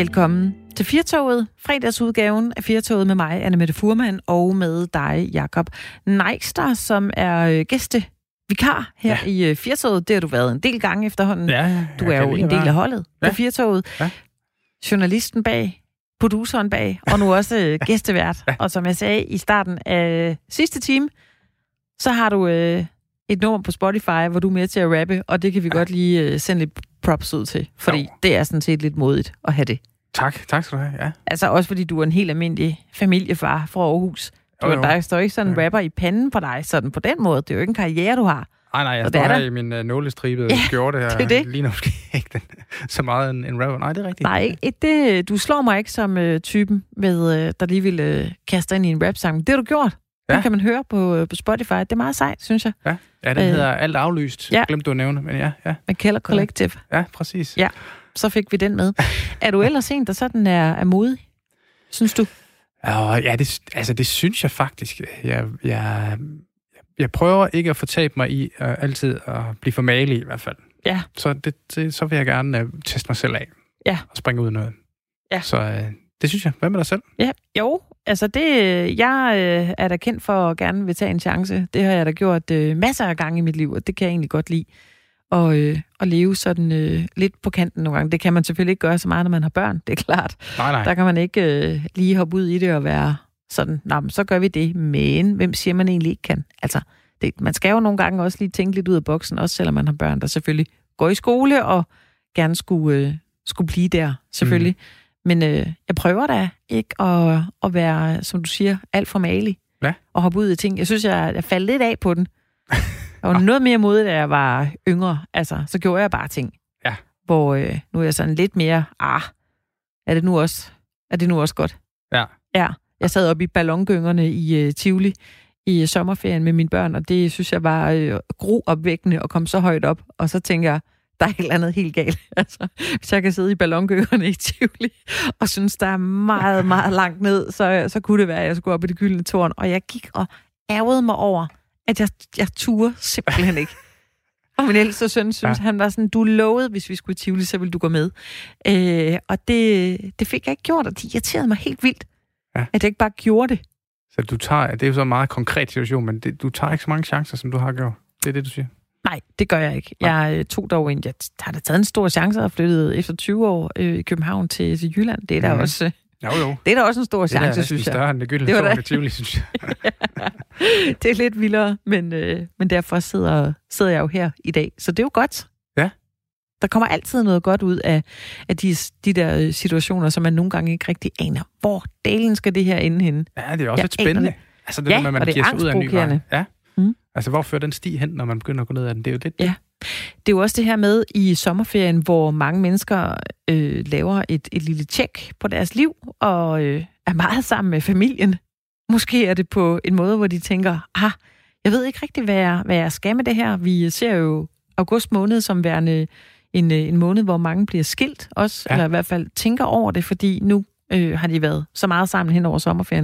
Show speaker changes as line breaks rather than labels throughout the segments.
Velkommen til Firtoget, fredagsudgaven af Firtoget med mig, Anne-Mette Fuhrmann, og med dig, Jakob Neister, som er gæstevikar her i Firtoget. Det har du været en del gange efterhånden.
Ja,
du er jo en del af holdet på Firtoget. Ja. Journalisten bag, produceren bag, og nu også gæstevært. Og som jeg sagde i starten af sidste time, så har du et nummer på Spotify, hvor du er med til at rappe, og det kan vi godt lige sende lidt props ud til, fordi det er sådan set lidt modigt at have det.
Tak skal du have, ja.
Altså også fordi du er en helt almindelig familiefar fra Aarhus. Der står ikke sådan en rapper i panden på dig, sådan på den måde. Det er jo ikke en karriere, du har.
Nej, jeg står her i min nålestribede skjorte her.
Det
ligner måske ikke så meget en rapper. Nej, det er rigtigt.
Nej, du slår mig ikke som typen, der lige ville kaste ind i en rap-sang. Det har du gjort. Den kan man høre på Spotify. Det er meget sejt, synes jeg.
Ja, den hedder Alt Aflyst. Glemte du at nævne, men ja.
Med Keller Collective.
Ja, præcis.
Ja, så fik vi den med. Er du ellers en, der sådan er modig? Synes du?
Ja, det synes jeg faktisk. Jeg prøver ikke at fortabe mig i altid at blive for malig i hvert fald. Ja. Så vil jeg gerne teste mig selv af. Ja. Og springe ud i noget. Ja. Så det synes jeg. Hvad med dig selv? Ja,
jo. Altså jeg er da kendt for at gerne vil tage en chance. Det har jeg da gjort masser af gange i mit liv, og det kan jeg egentlig godt lide. Og leve sådan lidt på kanten nogle gange. Det kan man selvfølgelig ikke gøre så meget, når man har børn, det er klart.
Nej.
Der kan man ikke lige hoppe ud i det og være sådan, så gør vi det. Men hvem siger man egentlig ikke kan? Altså, man skal jo nogle gange også lige tænke lidt ud af boksen, også selvom man har børn, der selvfølgelig går i skole og gerne skulle blive der, selvfølgelig. Men jeg prøver da ikke at være, som du siger, alt for malig. Ja. Og hoppe ud i ting. Jeg synes, jeg faldt lidt af på den. Jeg var noget mere modig, da jeg var yngre. Altså, så gjorde jeg bare ting. Ja. Hvor nu er jeg sådan lidt mere, er det nu også godt? Ja. Ja. Jeg sad oppe i ballongyngerne i Tivoli i sommerferien med mine børn, og det synes jeg var gruopvækkende at komme så højt op. Og så tænker jeg, der er et eller andet helt galt. Altså, hvis jeg kan sidde i ballongyngerne i Tivoli og synes, der er meget, meget langt ned, så kunne det være, at jeg skulle op i det gyldne tårn. Og jeg gik og ærgede mig over, at jeg turde simpelthen ikke. Og min ældste søn synes, han var sådan, du lovede, hvis vi skulle i Tivoli, så ville du gå med. Og det fik jeg ikke gjort, og det irriterede mig helt vildt, at jeg ikke bare gjorde det.
Så det er jo så en meget konkret situation, men du tager ikke så mange chancer, som du har gjort. Det er det, du siger?
Nej, det gør jeg ikke. Jeg tog dog jeg har da taget en stor chance og flyttet efter 20 år i København til Jylland. Det er da også...
Jo.
Det er da også en stor chance, synes jeg.
Det er større end det gyldne tårn i Tivoli, synes jeg.
Det er lidt vildere, men derfor sidder jeg jo her i dag. Så det er jo godt. Ja. Der kommer altid noget godt ud af de der situationer, som man nogle gange ikke rigtig aner. Hvor delen skal det her ende henne?
Ja, det er også lidt spændende. Altså det der med, at man giver sig ud af en ny vej. Ja. Altså, hvor fører den sti hen, når man begynder at gå ned ad den? Det er jo det. Ja.
Det er jo også det her med i sommerferien, hvor mange mennesker laver et lille tjek på deres liv, og er meget sammen med familien. Måske er det på en måde, hvor de tænker, jeg ved ikke rigtig, hvad jeg skal med det her. Vi ser jo august måned som værende en måned, hvor mange bliver skilt også, eller i hvert fald tænker over det, fordi nu har de været så meget sammen hen over sommerferien,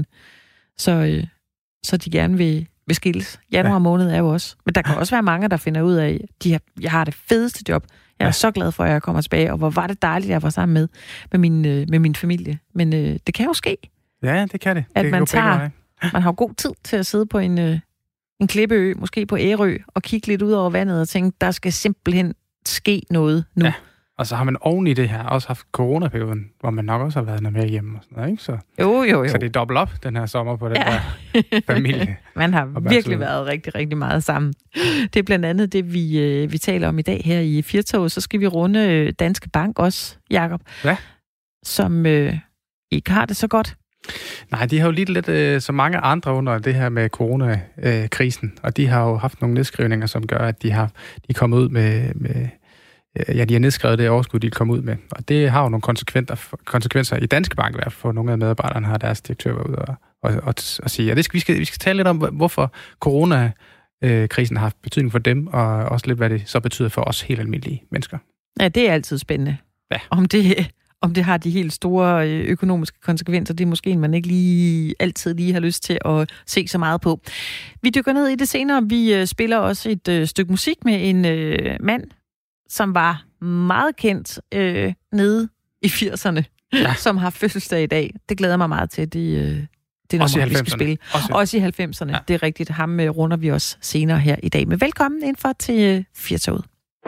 så de gerne vil skilles. Januar måned er jo også. Men der kan også være mange, der finder ud af, jeg har det fedeste job. Jeg er så glad for, at jeg kommer tilbage, og hvor var det dejligt, at jeg var sammen med min familie. Men det kan jo ske. Ja,
det kan det.
At det man har god tid til at sidde på en klippeø, måske på Ærø, og kigge lidt ud over vandet og tænke, der skal simpelthen ske noget nu. Ja.
Og så har man oven i det her også haft coronaperioden, hvor man nok også har været noget mere hjemme og sådan noget, ikke? Så,
jo.
Så det er dobbelt op, den her sommer på den der familie.
Man har virkelig været rigtig, rigtig meget sammen. Det er blandt andet det, vi taler om i dag her i Firtoget. Så skal vi runde Danske Bank også, Jakob. Ja. Som ikke har det så godt.
Nej, de har jo lidt så mange andre under det her med coronakrisen, og de har jo haft nogle nedskrivninger, som gør, at de er kommet ud med de har nedskrevet det overskud, de kommer ud med. Og det har jo nogle konsekvenser i Danske Bank, i hvert fald for nogle af medarbejderne har deres direktør været ude og sige. Og vi skal tale lidt om, hvorfor coronakrisen har haft betydning for dem, og også lidt, hvad det så betyder for os helt almindelige mennesker.
Ja, det er altid spændende. Ja. Om det har de helt store økonomiske konsekvenser, det er måske en, man ikke altid har lyst til at se så meget på. Vi dykker ned i det senere. Vi spiller også et stykke musik med en mand, som var meget kendt nede i 80'erne. som har fødselsdag i dag. Det glæder mig meget til, det nummer, vi skal spille. Også i 90'erne. Ja. Det er rigtigt. Ham runder vi også senere her i dag. Men velkommen indenfor til Firtoget.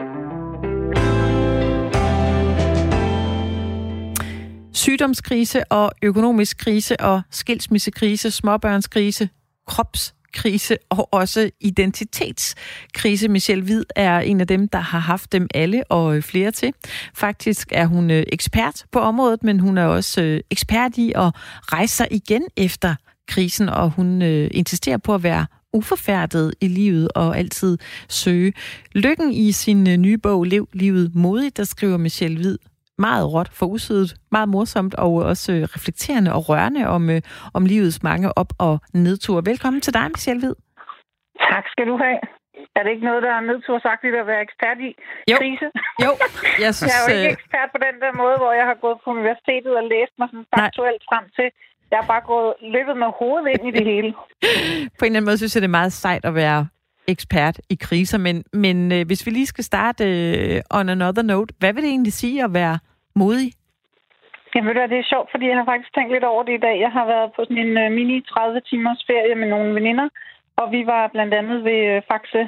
Sygdomskrise og økonomisk krise og skilsmissekrise, småbørnskrise, kropskrise og også identitetskrise. Michelle Hvid er en af dem, der har haft dem alle og flere til. Faktisk er hun ekspert på området, men hun er også ekspert i at rejse sig igen efter krisen, og hun insisterer på at være uforfærdet i livet og altid søge lykken i sin nye bog Lev livet modigt, der skriver Michelle Hvid meget råt for usødet, meget morsomt og også reflekterende og rørende om livets mange op- og nedture. Velkommen til dig, Michelle Hvid.
Tak skal du have. Er det ikke noget, der er nedtursagtigt at være ekspert i?
Jo.
Krise?
Jo. Jeg er
jo ikke ekspert på den der måde, hvor jeg har gået på universitetet og læst mig sådan faktuelt frem til. Jeg har bare løbet med hovedet ind i det hele.
På en eller anden måde synes jeg, det er meget sejt at være ekspert i kriser, men hvis vi lige skal starte on another note, hvad vil det egentlig sige at være modig?
Jamen ved du hvad, det er sjovt, fordi jeg har faktisk tænkt lidt over det i dag. Jeg har været på sådan en mini 30 timers ferie med nogle veninder, og vi var blandt andet ved Faxe,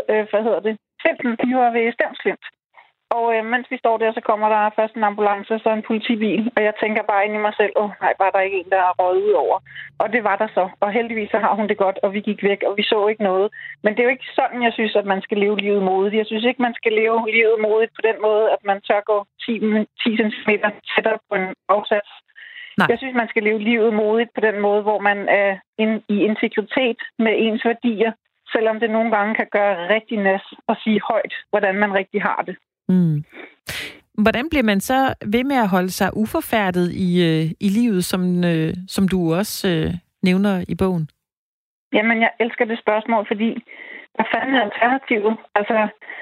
Finten, vi var ved Stevnsklint. Og mens vi står der, så kommer der først en ambulance og så en politibil. Og jeg tænker bare ind i mig selv, nej, var der ikke en, der er røget ud over. Og det var der så. Og heldigvis så har hun det godt, og vi gik væk, og vi så ikke noget. Men det er jo ikke sådan, jeg synes, at man skal leve livet modigt. Jeg synes ikke, man skal leve livet modigt på den måde, at man tør gå 10 cm tættere på en afsats. Nej. Jeg synes, man skal leve livet modigt på den måde, hvor man er i integritet med ens værdier, selvom det nogle gange kan gøre rigtig næs at sige højt, hvordan man rigtig har det.
Mm. Hvordan bliver man så ved med at holde sig uforfærdet i livet, som du også nævner i bogen?
Jamen, jeg elsker det spørgsmål, fordi hvad fanden er alternativet? Altså,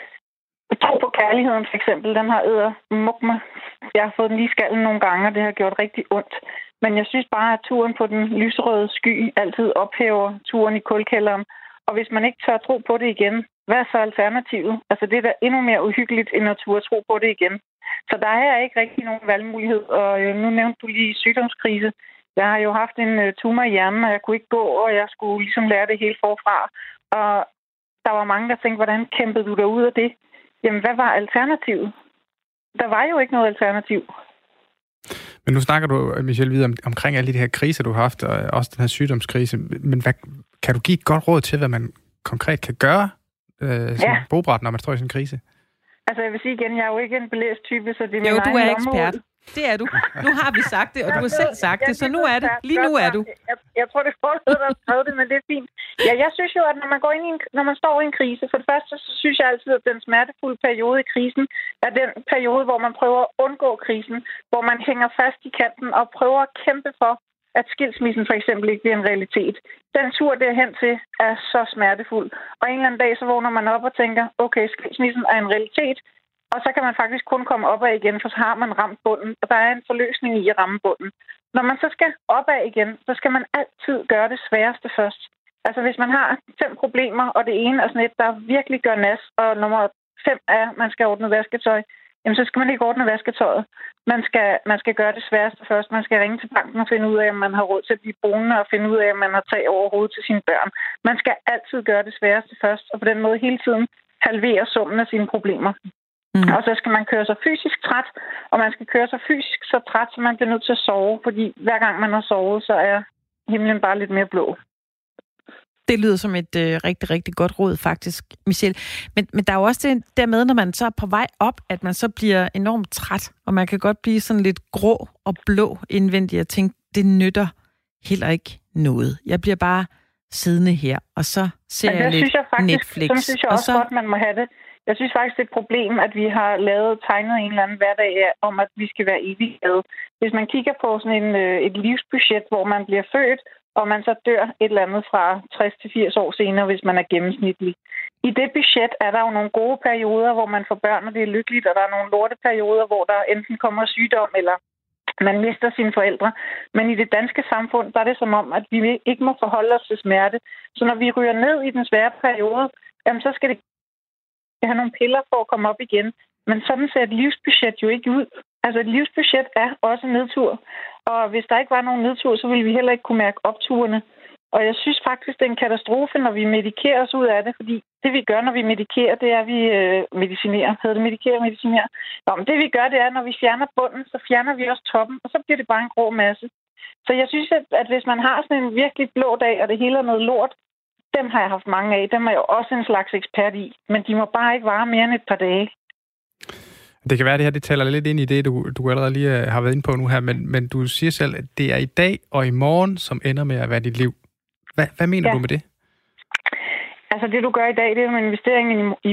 tro på kærligheden for eksempel, den har eddermukt mig. Jeg har fået den lige i skallen nogle gange, og det har gjort rigtig ondt. Men jeg synes bare, at turen på den lyserøde sky altid ophæver turen i kulkælderen. Og hvis man ikke tør tro på det igen, hvad er så alternativet? Altså det er da endnu mere uhyggeligt, end at turde tro på det igen. Så der er ikke rigtig nogen valgmulighed. Og nu nævnte du lige sygdomskrise. Jeg har jo haft en tumor i hjernen, og jeg kunne ikke gå, og jeg skulle ligesom lære det hele forfra. Og der var mange, der tænkte, hvordan kæmpede du dig ud af det? Jamen, hvad var alternativet? Der var jo ikke noget alternativ.
Men nu snakker du, Michelle, videre omkring alle de her kriser, du har haft, og også den her sygdomskrise. Men kan du give et godt råd til, hvad man konkret kan gøre som bobræt, når man står i sådan en krise?
Altså, jeg vil sige igen, jeg er jo ikke en belæst type, så det er
jo, du er ekspert. Det er du. Nu har vi sagt det, og du har selv sagt det, så nu er det. Lige nu er du.
Jeg tror, det er forholdet, der har skrevet det, men det er fint. Ja, jeg synes jo, at når man står i en krise, for det første, så synes jeg altid, at den smertefulde periode i krisen er den periode, hvor man prøver at undgå krisen, hvor man hænger fast i kanten og prøver at kæmpe for, at skilsmissen for eksempel ikke bliver en realitet. Den tur derhen til er så smertefuld. Og en eller anden dag, så vågner man op og tænker, okay, skilsmissen er en realitet, og så kan man faktisk kun komme opad igen, for så har man ramt bunden, og der er en forløsning i at ramme bunden. Når man så skal opad igen, så skal man altid gøre det sværeste først. Altså hvis man har 5 problemer, og det ene er sådan et, der virkelig gør nas, og nummer 5 er, at man skal ordne vasketøj, jamen så skal man ikke ordne vasketøjet. Man skal gøre det sværeste først. Man skal ringe til banken og finde ud af, om man har råd til at blive boende, og finde ud af, om man har tag over hovedet til sine børn. Man skal altid gøre det sværeste først, og på den måde hele tiden halvere summen af sine problemer. Mm. Og så skal man køre sig fysisk træt, og man skal køre sig fysisk så træt, så man bliver nødt til at sove, fordi hver gang man har sovet, så er himlen bare lidt mere blå.
Det lyder som et rigtig, rigtig godt råd, faktisk, Michelle. Men der er jo også det der med, når man så er på vej op, at man så bliver enormt træt, og man kan godt blive sådan lidt grå og blå indvendigt og tænke, det nytter heller ikke noget. Jeg bliver bare siddende her, og så ser jeg lidt Netflix.
Så synes jeg også godt, man må have det. Jeg synes faktisk, det er et problem, at vi har tegnet en eller anden hverdag om, at vi skal være evigt glade. Hvis man kigger på sådan et livsbudget, hvor man bliver født, og man så dør et eller andet fra 60 til 80 år senere, hvis man er gennemsnitlig. I det budget er der jo nogle gode perioder, hvor man får børn, og det er lykkeligt, og der er nogle lorteperioder, hvor der enten kommer sygdom, eller man mister sine forældre. Men i det danske samfund, der er det som om, at vi ikke må forholde os til smerte. Så når vi ryger ned i den svære periode, jamen, så skal det have nogle piller for at komme op igen. Men sådan ser et livsbudget jo ikke ud. Altså et livsbudget er også nedtur. Og hvis der ikke var nogen nedtur, så ville vi heller ikke kunne mærke opturene. Og jeg synes faktisk, det er en katastrofe, når vi medikerer os ud af det, fordi det vi gør, når vi medikerer, det er, at vi medicinerer. Hedder det medicinere? Nå, men det vi gør, det er, når vi fjerner bunden, så fjerner vi også toppen, og så bliver det bare en grå masse. Så jeg synes, at hvis man har sådan en virkelig blå dag, og det hele er noget lort, dem har jeg haft mange af. Dem er jeg også en slags ekspert i. Men de må bare ikke vare mere end et par dage.
Det kan være, at det her det taler lidt ind i det, du allerede lige har været inde på nu her, men du siger selv, at det er i dag og i morgen, som ender med at være dit liv. Hvad mener du med det?
Altså det, du gør i dag, det er jo en investering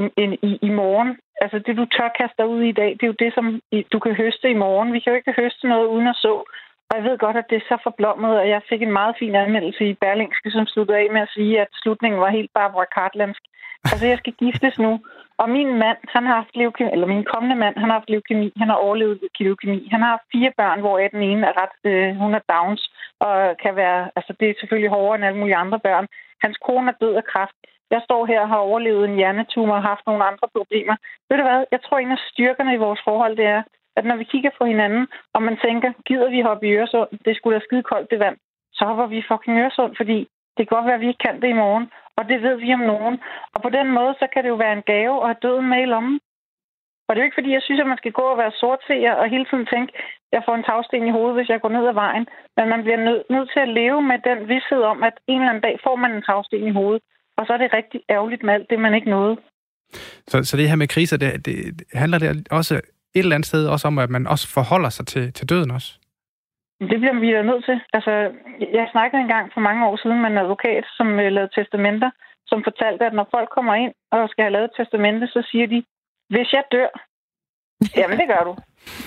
i morgen. Altså det, du tør kaste dig ud i dag, det er jo det, som du kan høste i morgen. Vi kan jo ikke høste noget uden at så. Og jeg ved godt, at det er så forblommet, og jeg fik en meget fin anmeldelse i Berlingske, som sluttede af med at sige, at slutningen var helt Barbara Cartlandsk. Altså jeg skal giftes nu. Og min mand, han har haft leukemi, eller min kommende mand, han har haft leukemi. Han har overlevet leukemi. Han har haft 4 børn, hvor den ene er hun er Downs, og kan være, altså det er selvfølgelig hårdere end alle mulige andre børn. Hans kone er død af kræft. Jeg står her og har overlevet en hjernetumor og haft nogle andre problemer. Ved du hvad? Jeg tror, en af styrkerne i vores forhold, det er, at når vi kigger på hinanden, og man tænker, gider vi hoppe i Øresund? Det skulle da skide koldt, det vand. Så hopper vi fucking Øresund, fordi det kan godt være, at vi ikke kan det i morgen. Og det ved vi om nogen. Og på den måde, så kan det jo være en gave at have døden med i lommen. Og det er jo ikke, fordi jeg synes, at man skal gå og være sortseer og hele tiden tænke, jeg får en tagsten i hovedet, hvis jeg går ned ad vejen. Men man bliver nødt til at leve med den vished om, at en eller anden dag får man en tagsten i hovedet. Og så er det rigtig ærgerligt med alt det, man ikke nåede.
Så det her med kriser, det handler det også et eller andet sted også om, at man også forholder sig til døden også?
Det bliver vi da nødt til. Altså, jeg snakkede engang for mange år siden med en advokat, som lavede testamenter, som fortalte, at når folk kommer ind og skal have lavet testamente, så siger de, hvis jeg dør, jamen det gør du.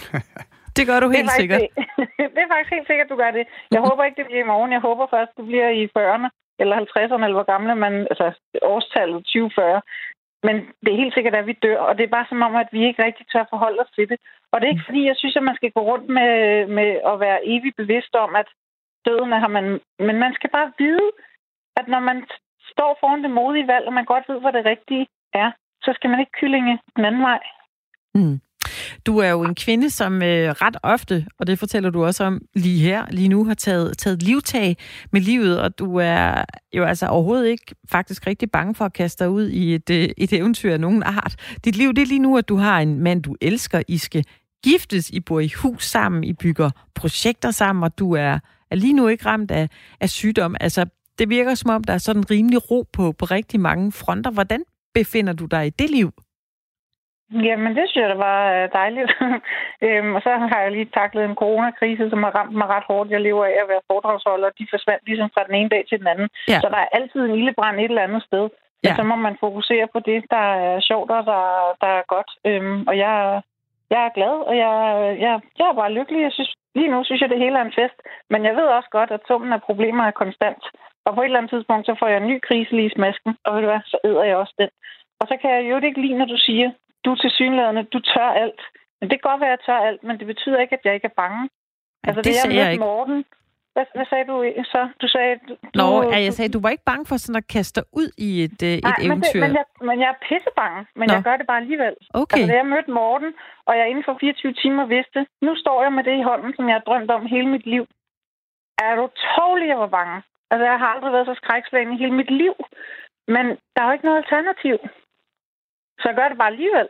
Det gør du helt sikkert.
Det er faktisk helt sikkert, du gør det. Jeg håber ikke, det bliver i morgen. Jeg håber først, det bliver i 40'erne eller 50'erne, eller hvor gamle man, altså årstallet 2040. Men det er helt sikkert, at vi dør, og det er bare som om, at vi ikke rigtig tør forholde os til det. Og det er ikke fordi, jeg synes, at man skal gå rundt med at være evigt bevidst om, at døden er her. Men man skal bare vide, at når man står foran det modige valg, og man godt ved, hvad det rigtige er, så skal man ikke kyllinge den anden vej.
Mm. Du er jo en kvinde, som ret ofte, og det fortæller du også om lige nu, har taget livtag med livet, og du er jo altså overhovedet ikke faktisk rigtig bange for at kaste dig ud i et eventyr af nogen art. Dit liv, det er lige nu, at du har en mand, du elsker, I skal giftes, I bor i hus sammen, I bygger projekter sammen, og du er lige nu ikke ramt af sygdom. Altså, det virker som om, der er sådan rimelig ro på rigtig mange fronter. Hvordan befinder du dig i det liv?
Jamen, det synes jeg, det var dejligt. Og så har jeg lige taklet en coronakrise, som har ramt mig ret hårdt. Jeg lever af at være foredragsholder, og de forsvandt ligesom fra den ene dag til den anden. Ja. Så der er altid en ildebrand et eller andet sted. Ja. Men så må man fokusere på det, der er sjovt og der er godt. Og jeg er glad, og jeg er bare lykkelig. Lige nu synes jeg, det hele er en fest. Men jeg ved også godt, at summen af problemer er konstant. Og på et eller andet tidspunkt, så får jeg en ny krise lige i smasken, og ved du hvad, så æder jeg også den. Og så kan jeg jo ikke lide, når du siger, du er tilsyneladende, du tør alt. Men det kan godt være, at jeg tør alt, men det betyder ikke, at jeg ikke er bange. Altså, det sagde jeg ikke. Morten. Hvad sagde du så? Du sagde...
Jeg sagde, du var ikke bange for sådan at kaste dig ud i et eventyr.
Men jeg er pissebange, men jeg gør det bare alligevel.
Okay.
Altså, da jeg mødte Morten, og jeg inden for 24 timer vidste, nu står jeg med det i hånden, som jeg har drømt om hele mit liv. Er du tålig, jeg var bange? Altså, jeg har aldrig været så skrækslagen i hele mit liv. Men der er jo ikke noget alternativ. Så jeg gør det bare alligevel.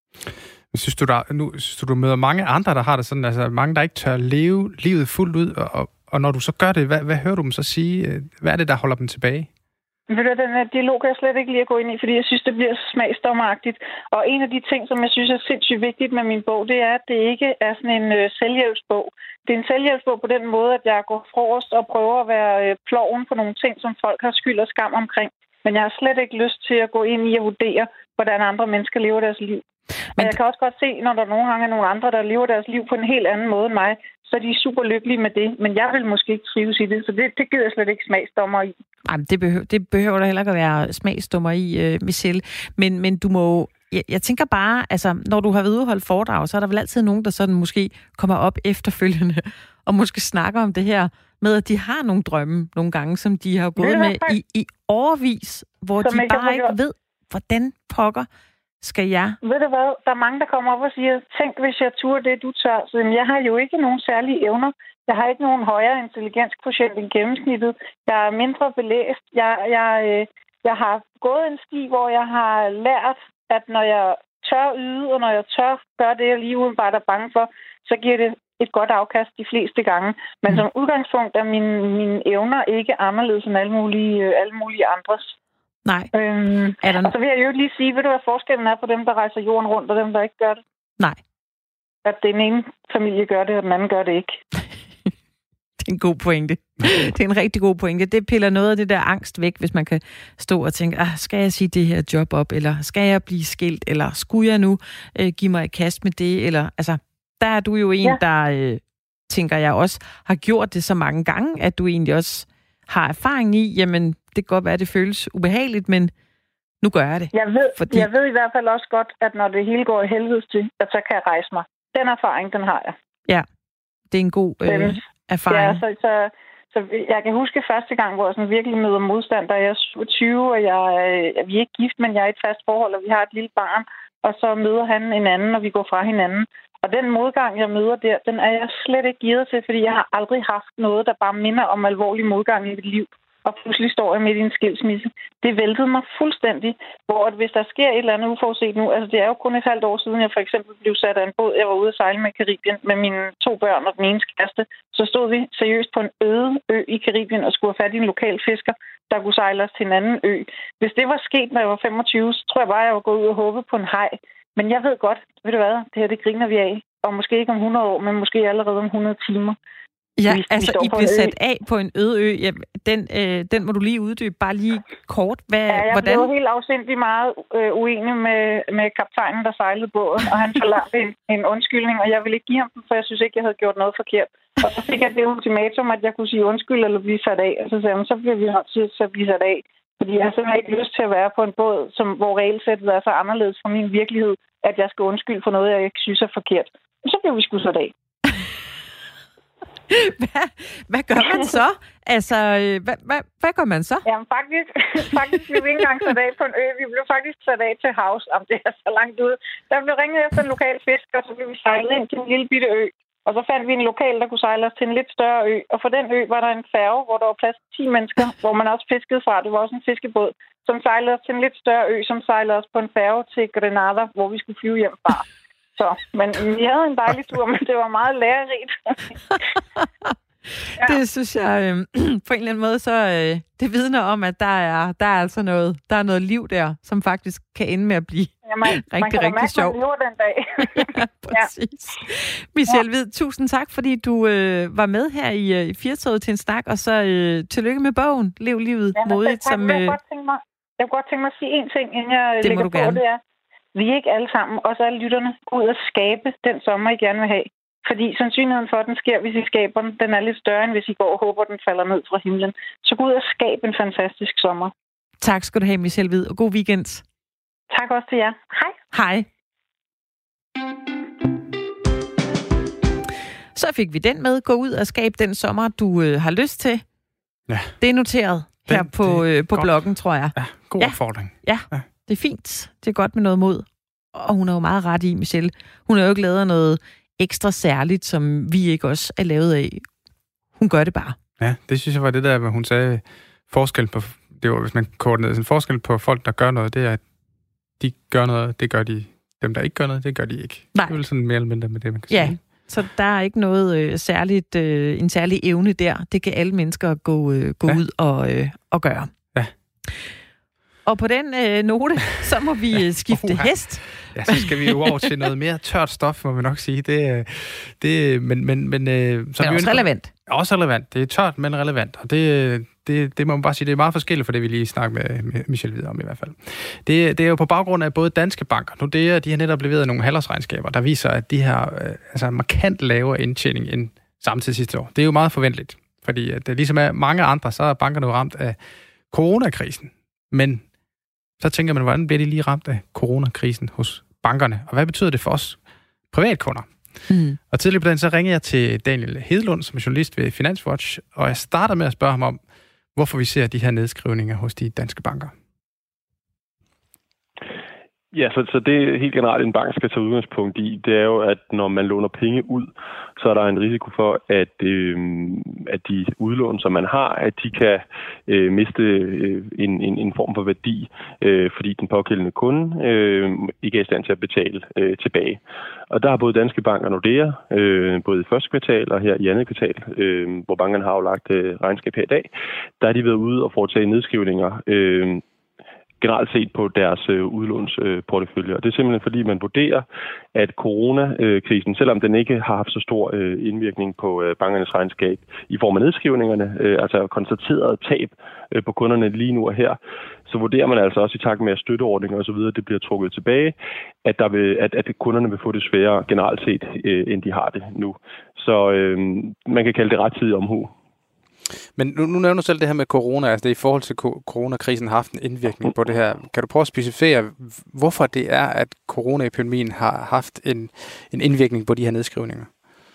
Synes du møder mange andre, der har det sådan, altså mange, der ikke tør leve livet fuldt ud, og når du så gør det, hvad hører du dem så sige? Hvad er det, der holder dem tilbage?
Den her dialog kan jeg slet ikke lide at gå ind i, fordi jeg synes, det bliver smagsdommeragtigt. Og en af de ting, som jeg synes er sindssygt vigtigt med min bog, det er, at det ikke er sådan en selvhjælpsbog. Det er en selvhjælpsbog på den måde, at jeg går forrest og prøver at være ploven på nogle ting, som folk har skyld og skam omkring. Men jeg har slet ikke lyst til at gå ind i at vurdere, hvordan andre mennesker lever deres liv. Men jeg kan også godt se, når der nogle gange er nogle andre, der lever deres liv på en helt anden måde end mig, så er de super lykkelige med det. Men jeg vil måske ikke trives i det, så det gider jeg slet ikke smagsdommer i.
Jamen, det behøver der heller ikke at være smagsdommer i, Michelle. Men du må... Jeg tænker bare, altså, når du har været ude og holde foredrag, så er der vel altid nogen, der sådan måske kommer op efterfølgende og måske snakker om det her med, at de har nogle drømme nogle gange, som de har gået med i årevis, hvor de bare ikke ved, hvordan pokker skal jeg?
Ved du hvad? Der er mange, der kommer op og siger, tænk, hvis jeg turde det, du tør. Så jeg har jo ikke nogen særlige evner. Jeg har ikke nogen højere intelligenskvotient end gennemsnittet. Jeg er mindre belæst. Jeg har gået en sti, hvor jeg har lært, at når jeg tør yde, og når jeg tør gøre det, jeg lige udenbart er bange for, så giver det et godt afkast de fleste gange. Men som udgangspunkt er mine evner ikke anderledes end alle mulige andres.
Nej.
Og så vil jeg jo lige sige, ved du, hvad forskellen er på dem, der rejser jorden rundt, og dem, der ikke gør det?
Nej.
At den ene familie gør det, og den anden gør det ikke.
Det er en god pointe. Det er en rigtig god pointe. Det piller noget af det der angst væk, hvis man kan stå og tænke, skal jeg sige det her job op, eller skal jeg blive skilt, eller skulle jeg nu give mig et kast med det, eller altså, der er du jo en, der tænker jeg også har gjort det så mange gange, at du egentlig også har erfaring i, jamen, det kan godt være, at det føles ubehageligt, men nu gør jeg det.
Jeg ved i hvert fald også godt, at når det hele går i helvedes til, at så kan jeg rejse mig. Den erfaring, den har jeg. Ja,
det er en god erfaring.
Ja, så jeg kan huske første gang, hvor jeg sådan virkelig møder modstand, da jeg er 27, og vi er ikke gift, men jeg er i et fast forhold, og vi har et lille barn, og så møder han en anden, og vi går fra hinanden. Og den modgang, jeg møder der, den er jeg slet ikke givet til, fordi jeg har aldrig haft noget, der bare minder om alvorlig modgang i mit liv. Og pludselig står jeg midt i en skilsmisse. Det væltede mig fuldstændig. Hvor hvis der sker et eller andet uforudset nu, altså det er jo kun et halvt år siden, jeg for eksempel blev sat af en båd. Jeg var ude at sejle med Karibien med mine 2 børn og den ene kæreste. Så stod vi seriøst på en øde ø i Karibien og skulle have fat i en lokal fisker, der kunne sejle os til en anden ø. Hvis det var sket, når jeg var 25, så tror jeg bare, jeg var gået ud og håbet på en haj. Men jeg ved godt, ved du hvad, det her det griner vi af. Og måske ikke om 100 år, men måske allerede om 100 timer.
Ja, I blev sat af på en øde ø. Ja, den må du lige uddybe, bare lige kort.
Jeg blev helt afsindig meget uenig med kaptajnen, der sejlede båden, og han forlangte en undskyldning, og jeg ville ikke give ham den, for jeg synes ikke, jeg havde gjort noget forkert. Og så fik jeg det ultimatum, at jeg kunne sige undskyld eller blive sat af, og så sagde han, så bliver vi nødt til at blive sat af. Fordi jeg har simpelthen ikke lyst til at være på en båd, hvor regelsættet er så anderledes fra min virkelighed, at jeg skal undskylde for noget, jeg ikke synes er forkert. Og så blev vi sgu sat af.
Hvad gør man så? Altså, hvad gør man så?
Jamen, faktisk blev vi ikke engang sat af på en ø. Vi blev faktisk sat af til havs. Jamen, det er så langt ude. Der blev ringet efter en lokal fisker, og så blev vi sejlet ind til en lille bitte ø. Og så fandt vi en lokal, der kunne sejle os til en lidt større ø. Og for den ø var der en færge, hvor der var plads til 10 mennesker, hvor man også fiskede fra. Det var også en fiskebåd, som sejlede os til en lidt større ø, som sejlede os på en færge til Grenada, hvor vi skulle flyve hjem fra. Så, men vi havde en dejlig tur, men det var meget lærerigt.
Ja. Det synes jeg på en eller anden måde, så det vidner om, at der er altså noget liv der, som faktisk kan ende med at blive rigtig sjovt.
Man den dag.
Ja, præcis. Ja. Michelle Hvid, tusind tak, fordi du var med her i Firtoget til en snak, og så tillykke med bogen, Lev livet modigt.
Jeg kunne godt tænke mig at sige en ting, inden jeg lægger på, gerne. Det er, vi er ikke alle sammen, også alle lytterne, gå ud og skabe den sommer, I gerne vil have. Fordi sandsynligheden for, at den sker, hvis I skaber den, den er lidt større, end hvis I går og håber, den falder ned fra himlen. Så gå ud og skab en fantastisk sommer.
Tak skal du have, Michelle Hvid, og god weekend.
Tak også til jer. Hej.
Hej. Så fik vi den med. Gå ud og skabe den sommer, du har lyst til. Ja. Det er noteret her på bloggen, tror jeg.
Ja, god opfordring.
Ja. Det er fint. Det er godt med noget mod. Og hun er jo meget ret i, Michelle. Hun har jo ikke lavet noget ekstra særligt, som vi ikke også er lavet af. Hun gør det bare. Ja,
det synes jeg var det der, hvor hun sagde forskel på, det var, hvis man koordinerede sådan forskel på folk, der gør noget, det er, at de gør noget, det gør de. Dem, der ikke gør noget, det gør de ikke. Nej. Det er vel sådan mere eller mindre med det, man kan sige.
Så der er ikke noget særligt, en særlig evne der. Det kan alle mennesker gå ud og gøre. Ja. Og på den note, så må vi skifte hest.
Ja, så skal vi jo over til noget mere tørt stof, må vi nok sige. Men
også relevant.
Også relevant. Det er tørt, men relevant. Og det må man bare sige, det er meget forskelligt for det, vi lige snakker med Michelle Hvid om i hvert fald. Det er jo på baggrund af både danske banker. Nu de har netop leveret nogle halvårsregnskaber, der viser, at de har markant lavere indtjening end samtidig sidste år. Det er jo meget forventeligt, fordi at det ligesom er mange andre, så er bankerne jo ramt af coronakrisen. Men så tænker man, hvordan bliver de lige ramt af coronakrisen hos bankerne? Og hvad betyder det for os privatkunder? Og tidligere på den, så ringede jeg til Daniel Hedlund, som er journalist ved Finanswatch, og jeg starter med at spørge ham om, hvorfor vi ser de her nedskrivninger hos de danske banker.
Ja, så det helt generelt en bank skal tage udgangspunkt i, det er jo, at når man låner penge ud, så er der en risiko for, at de udlån, som man har, at de kan miste en form for værdi, fordi den pågældende kunde ikke er i stand til at betale tilbage. Og der har både Danske Bank og Nordea, både i første kvartal og her i andet kvartal, hvor bankerne har aflagt regnskab her i dag, der er de været ude og foretage nedskrivninger generelt set på deres udlånsportefølje. Og det er simpelthen fordi, man vurderer, at coronakrisen, selvom den ikke har haft så stor indvirkning på bankernes regnskab i form af nedskrivningerne, altså konstateret tab på kunderne lige nu og her, så vurderer man altså også i takt med, at støtteordninger osv. det bliver trukket tilbage, at kunderne vil få det sværere generelt set, end de har det nu. Så man kan kalde det rettidig omhu.
Men nu nævner du selv det her med corona, altså det i forhold til coronakrisen har haft en indvirkning på det her. Kan du prøve at specificere, hvorfor det er, at coronaepidemien har haft en indvirkning på de her nedskrivninger?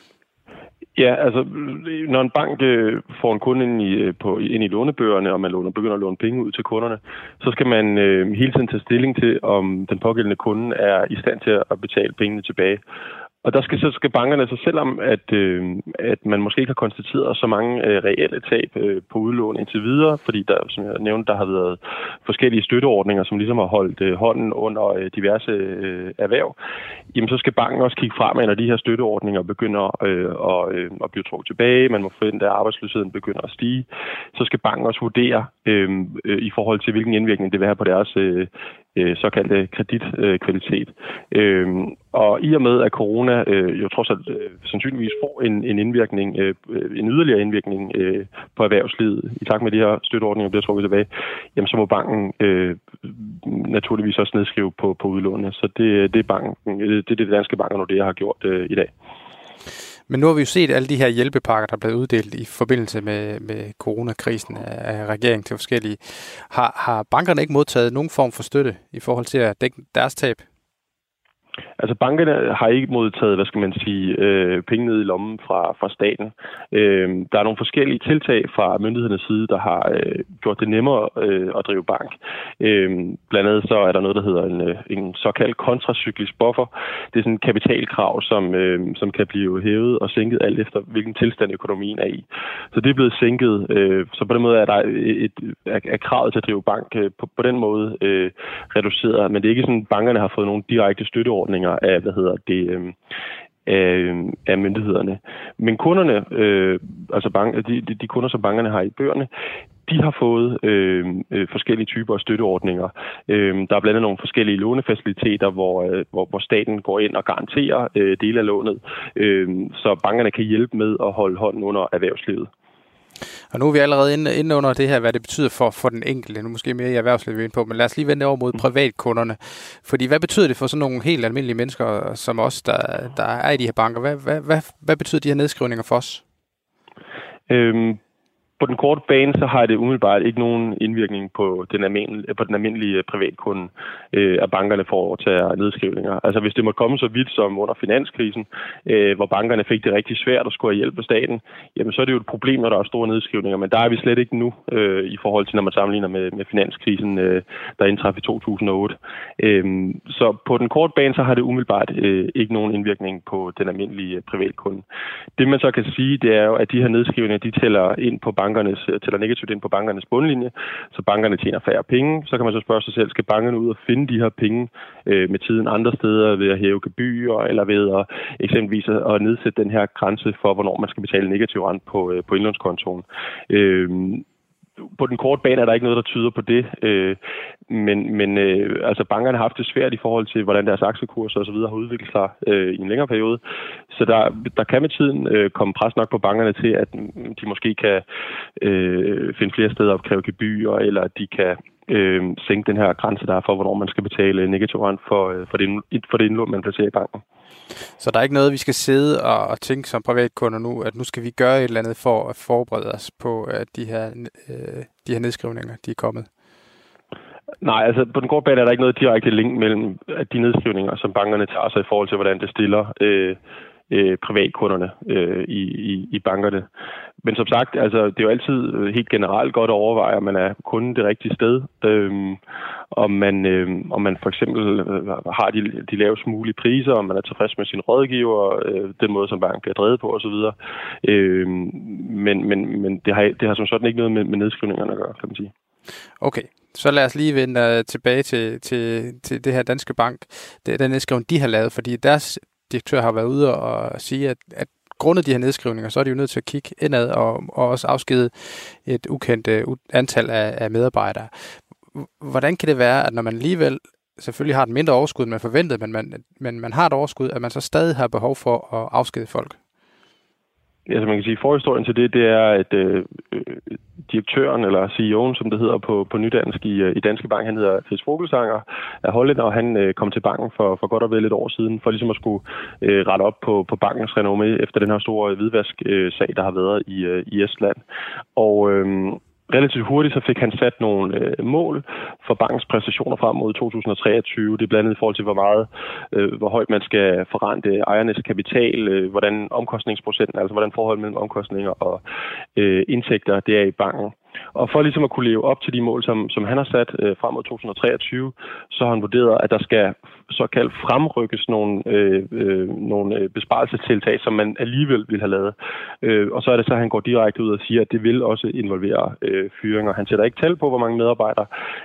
Ja, altså når en bank får en kunde ind i lånebøgerne, og man begynder at låne penge ud til kunderne, så skal man hele tiden tage stilling til, om den pågældende kunde er i stand til at betale pengene tilbage. Og der skal bankerne, så selvom at man måske ikke har konstateret så mange reelle tab på udlån indtil videre, fordi der, som jeg nævnte, der har været forskellige støtteordninger, som ligesom har holdt hånden under diverse erhverv, jamen så skal banken også kigge fremad, når de her støtteordninger begynder at blive trukket tilbage, man må forvente, at arbejdsløsheden begynder at stige, så skal banken også vurdere i forhold til, hvilken indvirkning det vil have på deres såkaldte kreditkvalitet. Og i og med, at corona jo trods alt sandsynligvis får en indvirkning, en yderligere indvirkning på erhvervslivet, i takt med de her støtteordninger bliver trukket tilbage, jamen så må banken naturligvis også nedskrive på udlånene. Så det er banken, det Danske Bank og Nordea har gjort i dag.
Men nu har vi jo set alle de her hjælpepakker, der er blevet uddelt i forbindelse med coronakrisen af regeringen til forskellige. Har bankerne ikke modtaget nogen form for støtte i forhold til at dække deres tab?
Altså bankerne har ikke modtaget, penge ned i lommen fra staten. Der er nogle forskellige tiltag fra myndighedernes side, der har gjort det nemmere at drive bank. Blandt andet så er der noget, der hedder en såkaldt kontracyklisk buffer. Det er sådan en kapitalkrav, som kan blive hævet og sænket alt efter, hvilken tilstand økonomien er i. Så det er blevet sænket. Så på den måde er der er kravet til at drive bank på den måde reduceret. Men det er ikke sådan, at bankerne har fået nogle direkte støtteordninger af, af myndighederne. Men kunderne, de kunder, som bankerne har i bøgerne, de har fået forskellige typer af støtteordninger. Der er blandt andet nogle forskellige lånefaciliteter, hvor staten går ind og garanterer dele af lånet, så bankerne kan hjælpe med at holde hånden under erhvervslivet.
Og nu er vi allerede inde under det her, hvad det betyder for den enkelte. Nu måske mere i erhvervslivet vi er inde på, men lad os lige vende over mod privatkunderne. Fordi hvad betyder det for sådan nogle helt almindelige mennesker, som os, der er i de her banker? Hvad betyder de her nedskrivninger for os?
På den korte bane, så har det umiddelbart ikke nogen indvirkning på den almindelige privatkunde, at bankerne foretager nedskrivninger. Altså hvis det må komme så vidt som under finanskrisen, hvor bankerne fik det rigtig svært at skulle have hjælp af staten, jamen så er det jo et problem, når der er store nedskrivninger. Men der er vi slet ikke nu i forhold til, når man sammenligner med finanskrisen, der indtraf i 2008. Så på den korte bane, så har det umiddelbart ikke nogen indvirkning på den almindelige privatkunde. Det man så kan sige, det er jo, at de her nedskrivninger, de tæller negativt ind på bankernes bundlinje, så bankerne tjener færre penge. Så kan man så spørge sig selv, skal bankerne ud og finde de her penge med tiden andre steder ved at hæve gebyrer, eller ved at eksempelvis at nedsætte den her grænse for, hvornår man skal betale negativ rente på indlånskontoen. På den korte bane er der ikke noget, der tyder på det, men bankerne har haft det svært i forhold til, hvordan deres aktiekurser osv. har udviklet sig i en længere periode. Så der kan med tiden komme pres nok på bankerne til, at de måske kan finde flere steder at opkræve gebyrer, eller at de kan sænke den her grænse, der er for, hvornår man skal betale negativ rente for det indlån, man placerer i banken.
Så der er ikke noget, vi skal sidde og tænke som privatkunder nu, at nu skal vi gøre et eller andet for at forberede os på, at de her nedskrivninger, de er kommet? Nej, altså på den korte bane er der ikke noget direkte link mellem de nedskrivninger, som bankerne tager sig i forhold til, hvordan det stiller privatkunderne i bankerne. Men som sagt, altså, det er jo altid helt generelt godt at overveje, at man er kunde det rigtige sted.
om man for eksempel har de lavest mulige priser, om man er tilfreds med sin rådgiver, den måde, som banken bliver drevet på osv. Men det har som sådan ikke noget med nedskrivningerne at gøre, kan man sige.
Okay, så lad os lige vende tilbage til det her Danske Bank, den nedskrivning, de har lavet, fordi deres direktør har været ude og sige, at grundet de her nedskrivninger, så er de jo nødt til at kigge indad og også afskede et ukendt antal af medarbejdere. Hvordan kan det være, at når man alligevel selvfølgelig har et mindre overskud, end man forventede, men man har et overskud, at man så stadig har behov for at afskede folk?
Altså man kan sige, forhistorien til det er, at direktøren, eller CEO'en, som det hedder på nydansk i Danske Bank, han hedder Chris Vogelsanger, er hollænder, og han kom til banken for godt og vel et år siden, for ligesom at skulle rette op på bankens renommé efter den her store hvidvask-sag, der har været i Estland. Og relativt hurtigt så fik han sat nogle mål for bankens præstationer frem mod 2023. Det er blandt andet i forhold til, hvor højt man skal forrente ejernes kapital, hvordan omkostningsprocenten, altså hvordan forholdet mellem omkostninger og indtægter, det er i banken. Og for ligesom at kunne leve op til de mål, som han har sat frem mod 2023, så har han vurderet, at der skal såkaldt fremrykkes nogle besparelsestiltag, som man alligevel vil have lavet. Og så er det så, at han går direkte ud og siger, at det vil også involvere fyringer. Han sætter ikke tal på, hvor mange medarbejdere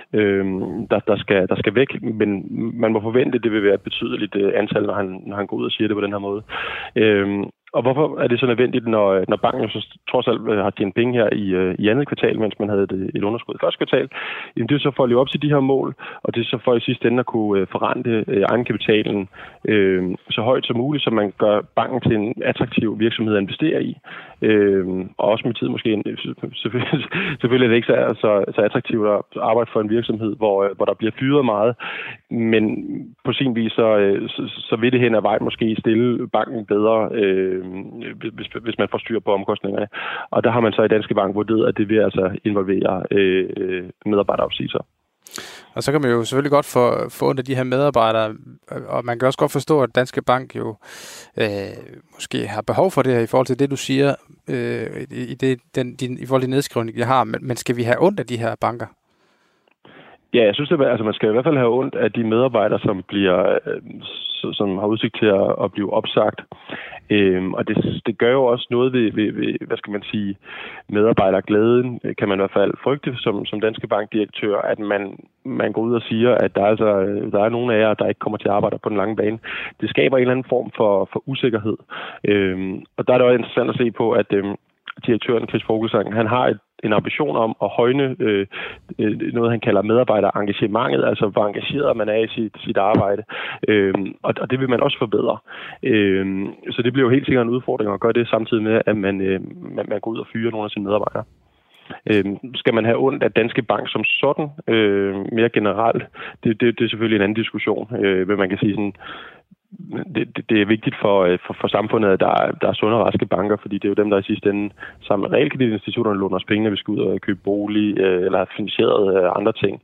der skal væk, men man må forvente, at det vil være et betydeligt antal, når han går ud og siger det på den her måde. Og hvorfor er det så nødvendigt, når banken jo så trods alt har tjent penge her i andet kvartal, mens man havde et underskud i første kvartal? Jamen det er så for at leve op til de her mål, og det er så for i sidste ende at kunne forrente egenkapitalen så højt som muligt, så man gør banken til en attraktiv virksomhed at investere i. Og også med tid måske, selvfølgelig er det ikke så attraktivt at arbejde for en virksomhed, hvor der bliver fyret meget, men på sin vis så vil det hen ad vejen måske stille banken bedre, hvis man får styr på omkostningerne. Og der har man så i Danske Bank vurderet, at det vil altså involvere medarbejderopsigelser.
Og så kan man jo selvfølgelig godt få ondt af de her medarbejdere, og man kan også godt forstå, at Danske Bank jo måske har behov for det her i forhold til det, du siger, i forhold til nedskrivning, jeg har. Men skal vi have ondt af de her banker?
Ja, jeg synes, at man skal i hvert fald have ondt af de medarbejdere, som har udsigt til at blive opsagt. Og det gør jo også noget ved hvad skal man sige, medarbejderglæden, kan man i hvert fald frygte som Danske Bank-direktør, at man går ud og siger, at der er nogle af jer, der ikke kommer til at arbejde på den lange bane. Det skaber en eller anden form for usikkerhed. Og der er det også interessant at se på, at direktøren Chris Vogelsanger, han har en ambition om at højne noget, han kalder medarbejderengagementet, altså hvor engageret man er i sit arbejde. Og det vil man også forbedre. Så det bliver jo helt sikkert en udfordring at gøre det, samtidig med, at man går ud og fyrer nogle af sine medarbejdere. Skal man have ondt af Danske Bank som sådan, mere generelt? Det er selvfølgelig en anden diskussion, men man kan sige sådan, det er vigtigt for samfundet, at der er sunde og raske banker, fordi det er jo dem, der i sidste ende sammen med realkreditinstitutterne låner os penge, når vi skal ud og købe bolig eller have finansieret andre ting.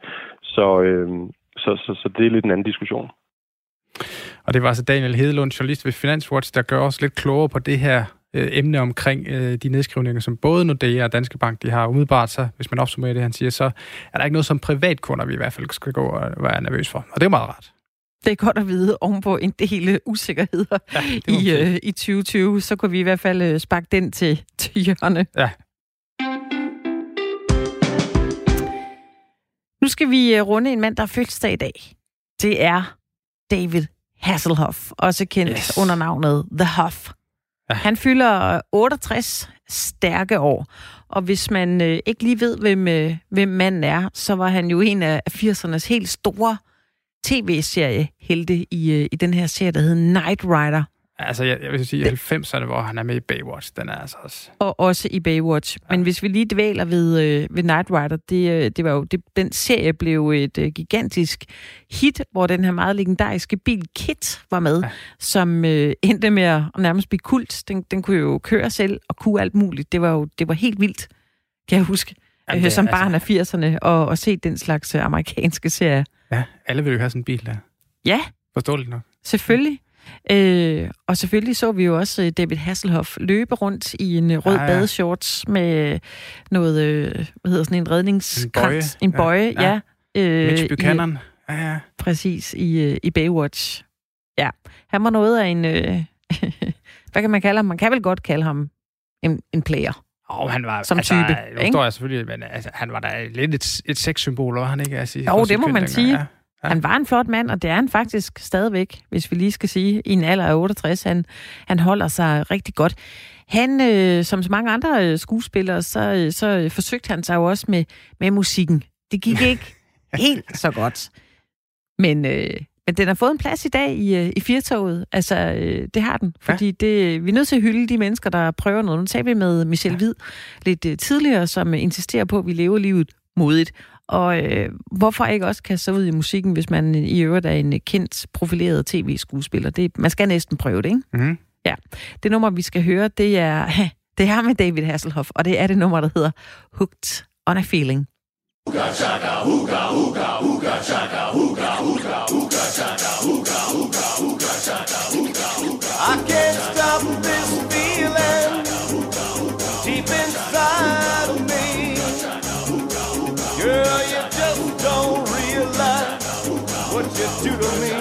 Så det er lidt en anden diskussion.
Og det var altså Daniel Hedelund, journalist ved Finanswatch, der gør os lidt klogere på det her emne omkring de nedskrivninger, som både Nordea og Danske Bank, de har umiddelbart. Så hvis man opsummerer det, han siger, så er der ikke noget som privatkunder, vi i hvert fald skal gå og være nervøs for. Og det er meget rart.
Det er godt at vide ovenpå en del usikkerheder i 2020. Så kunne vi i hvert fald sparke den til hjørne.
Ja.
Nu skal vi runde en mand, der er fødselsdag i dag. Det er David Hasselhoff, også kendt under navnet The Huff. Ja. Han fylder 68 stærke år, og hvis man ikke lige ved, hvem manden er, så var han jo en af 80'ernes helt store tv-seriehelte i den her serie, der hed Knight Rider.
Altså, jeg vil sige 90'erne, hvor han er med i Baywatch, den er altså også...
Og også i Baywatch. Ja. Men hvis vi lige dvæler ved Knight Rider, det var jo... den serie blev et gigantisk hit, hvor den her meget legendariske bil KITT var med, som endte med at nærmest blive kult. Den kunne jo køre selv og kunne alt muligt. Det var helt vildt, kan jeg huske, som barn af 80'erne, og se den slags amerikanske serie.
Ja, alle vil jo have sådan en bil der.
Ja.
Forståeligt nok.
Selvfølgelig. Og selvfølgelig så vi jo også David Hasselhoff løbe rundt i en rød badeshorts med noget, hvad hedder sådan en redningskrans, en bøje, ja.
Mitch Buchanan. Ja.
Præcis, i Baywatch. Ja, han var noget af en... hvad kan man kalde ham? Man kan vel godt kalde ham en player.
Han var
som type.
Nu står jeg selvfølgelig, men han var da lidt et sexsymbol, var han ikke?
Jo, det må man sige. Ja. Han var en flot mand, og det er han faktisk stadigvæk, hvis vi lige skal sige, i en alder af 68. Han holder sig rigtig godt. Han, som så mange andre skuespillere, så forsøgte han sig jo også med musikken. Det gik ikke helt så godt. Men den har fået en plads i dag i Firtoget. Altså, det har den. Fordi vi er nødt til at hylde de mennesker, der prøver noget. Nu tager vi med Michelle Hvid lidt tidligere, som insisterer på, at vi lever livet modigt. Og hvorfor ikke også kaste sig ud i musikken, hvis man i øvrigt er en kendt, profileret tv-skuespiller? Man skal næsten prøve det, ikke?
Mm.
Ja. Det nummer, vi skal høre, det er med David Hasselhoff, og det er det nummer, der hedder Hooked on a Feeling. Hookah chaka, hookah, hookah, hookah chaka, hookah, hookah, hookah chaka, hookah, hookah, hookah chaka, hookah, hookah. I can't stop this feeling deep inside of me. Girl, you just don't realize what you do to me.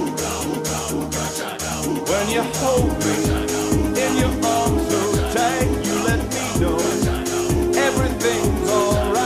When you hold me in your arms so tight, you let me know everything's alright.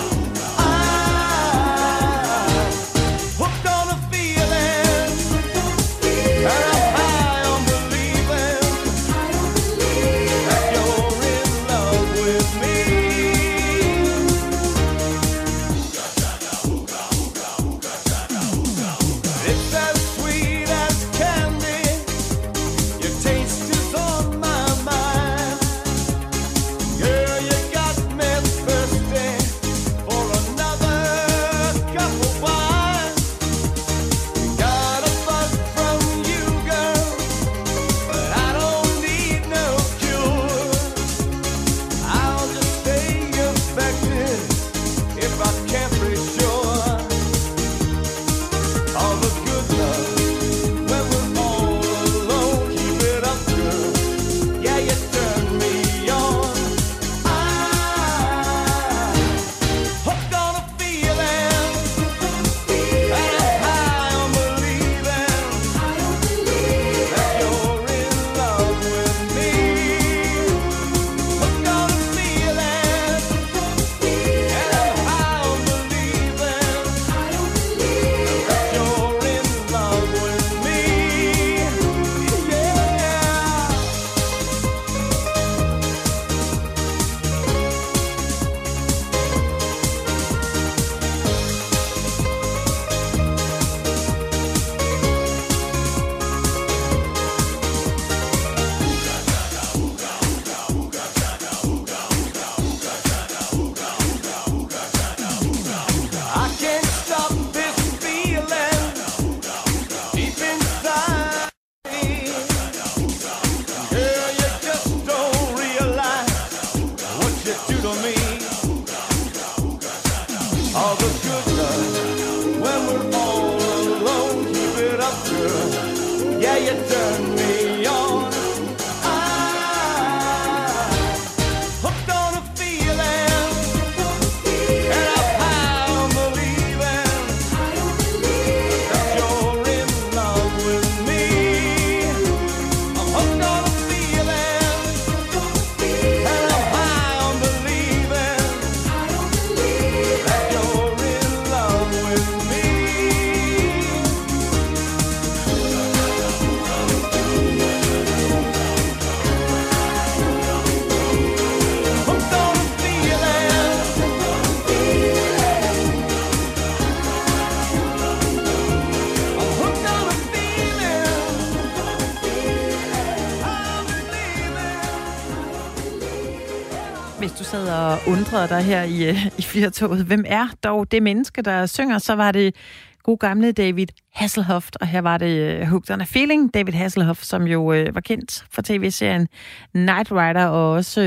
Undrede dig her i Firtoget. Hvem er dog det menneske, der synger? Så var det god gamle David Hasselhoff, og her var det Hooked on a Feeling. David Hasselhoff, som jo var kendt for tv-serien Knight Rider, og også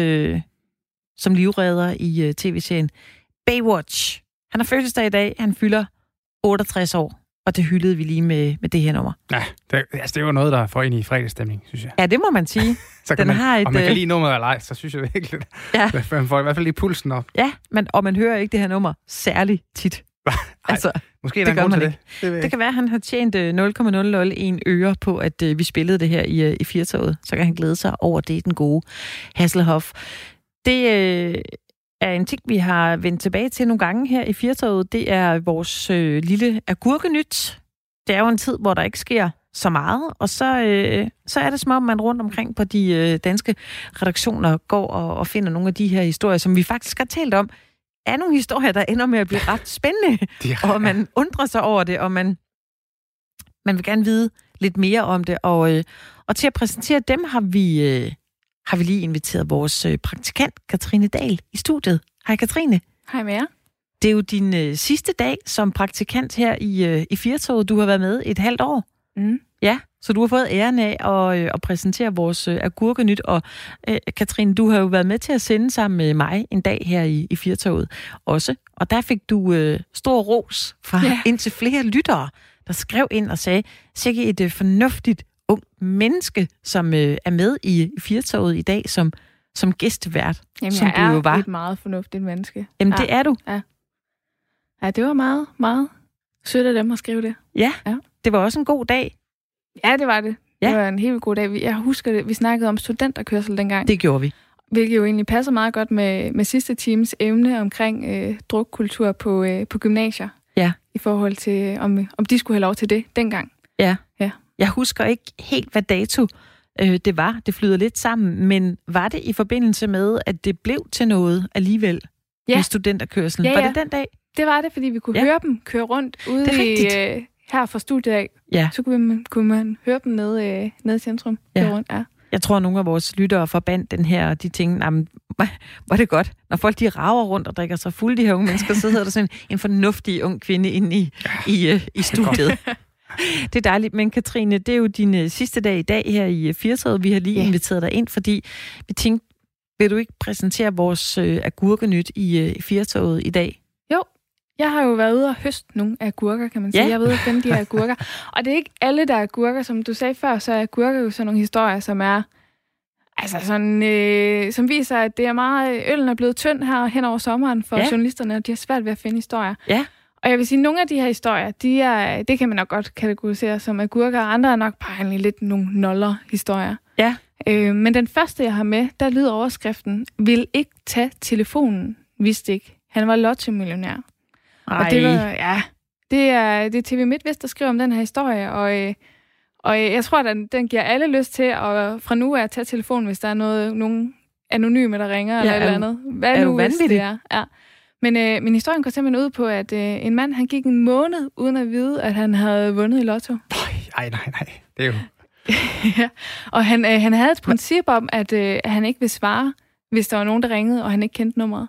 som livredder i tv-serien Baywatch. Han har fødselsdag i dag. Han fylder 68 år, og det hyldede vi lige med det her nummer.
Ja, det var noget, der får ind i fredagsstemning, synes jeg.
Ja, det må man sige.
Så man kan lide nummeret eller ej, så synes jeg virkelig, man får i hvert fald lige pulsen op.
Ja, og man hører ikke det her nummer særlig tit. Altså,
måske er der en grund til det.
Det kan være, at han har tjent 0,001 øre på, at vi spillede det her i Firtoget. Så kan han glæde sig over det, den gode Hasselhoff. Det er en ting, vi har vendt tilbage til nogle gange her i Firtoget. Det er vores lille agurkenyt. Det er jo en tid, hvor der ikke sker så meget, og så er det som om, man rundt omkring på de danske redaktioner går og finder nogle af de her historier, som vi faktisk har talt om, er nogle historier, der ender med at blive ret spændende, og man undrer sig over det, og man vil gerne vide lidt mere om det, og til at præsentere dem har vi lige inviteret vores praktikant, Katrine Dahl, i studiet. Hej Katrine.
Hej med jer.
Det er jo din sidste dag som praktikant her i Firtoget. Du har været med et halvt år.
Mm.
Ja, så du har fået æren af at præsentere vores agurkenyt, og Katrine, du har jo været med til at sende sammen med mig en dag her i Firtoget også, og der fik du stor ros fra indtil flere lyttere, der skrev ind og sagde, sikke et fornuftigt ung menneske, som er med i Firtoget i dag som gæstevært.
Jamen,
som
jeg
du jo var.
Et meget fornuftigt menneske.
Jamen, det er du.
Ja, det var meget, meget sødt af dem at skrive det.
Ja, det var også en god dag.
Ja, det var det.
Ja.
Det var en helt god dag. Jeg husker det, vi snakkede om studenterkørsel dengang.
Det gjorde vi.
Hvilket jo egentlig passer meget godt med sidste times emne omkring drukkultur på gymnasier.
Ja.
I forhold til, om de skulle have lov til det dengang.
Ja.
Ja.
Jeg husker ikke helt, hvad dato det var. Det flyder lidt sammen. Men var det i forbindelse med, at det blev til noget alligevel med studenterkørsel?
Ja,
var det den dag?
Det var det, fordi vi kunne høre dem køre rundt ude her fra studiet af.
Ja.
Så kunne man høre dem nede i centrum. Rundt. Ja.
Jeg tror, at nogle af vores lyttere forbandt den her, og de tænkte, var det godt. Når folk de rager rundt og drikker sig fulde, de her unge mennesker, så sidder der sådan en fornuftig ung kvinde inde i studiet. Det er dejligt. Men Katrine, det er jo din sidste dag i dag her i Firtoget. Vi har lige inviteret dig ind, fordi vi tænkte, vil du ikke præsentere vores agurkenyt i Firtoget i dag?
Jo. Jeg har jo været ude og høste nogle agurker, kan man sige. Jeg ved at finde de her agurker. Og det er ikke alle, der er agurker. Som du sagde før, så er agurker jo sådan nogle historier, som er altså sådan, som viser, at det er meget, øllen er blevet tynd her hen over sommeren for journalisterne, og de har svært ved at finde historier. Ja. Og jeg vil sige, at nogle af de her historier, det kan man nok godt kategorisere som agurker, og andre er nok bare egentlig lidt nogle noller-historier. Ja. Men den første, jeg har med, der lyder overskriften, vil ikke tage telefonen, vidste ikke. Han var lotto-millionær. Og det var, det er TV MidtVest, der skriver om den her historie, og jeg tror, at den giver alle lyst til at fra nu af at tage telefonen, hvis der er nogen anonyme, der ringer eller et eller andet. Hvad er nu, hvis det er? Ja. Men historien går simpelthen ud på, at en mand, han gik en måned uden at vide, at han havde vundet i lotto.
Nej. Det er jo...
Ja. Og han havde et princip om, at han ikke ville svare, hvis der var nogen, der ringede, og han ikke kendte nummeret.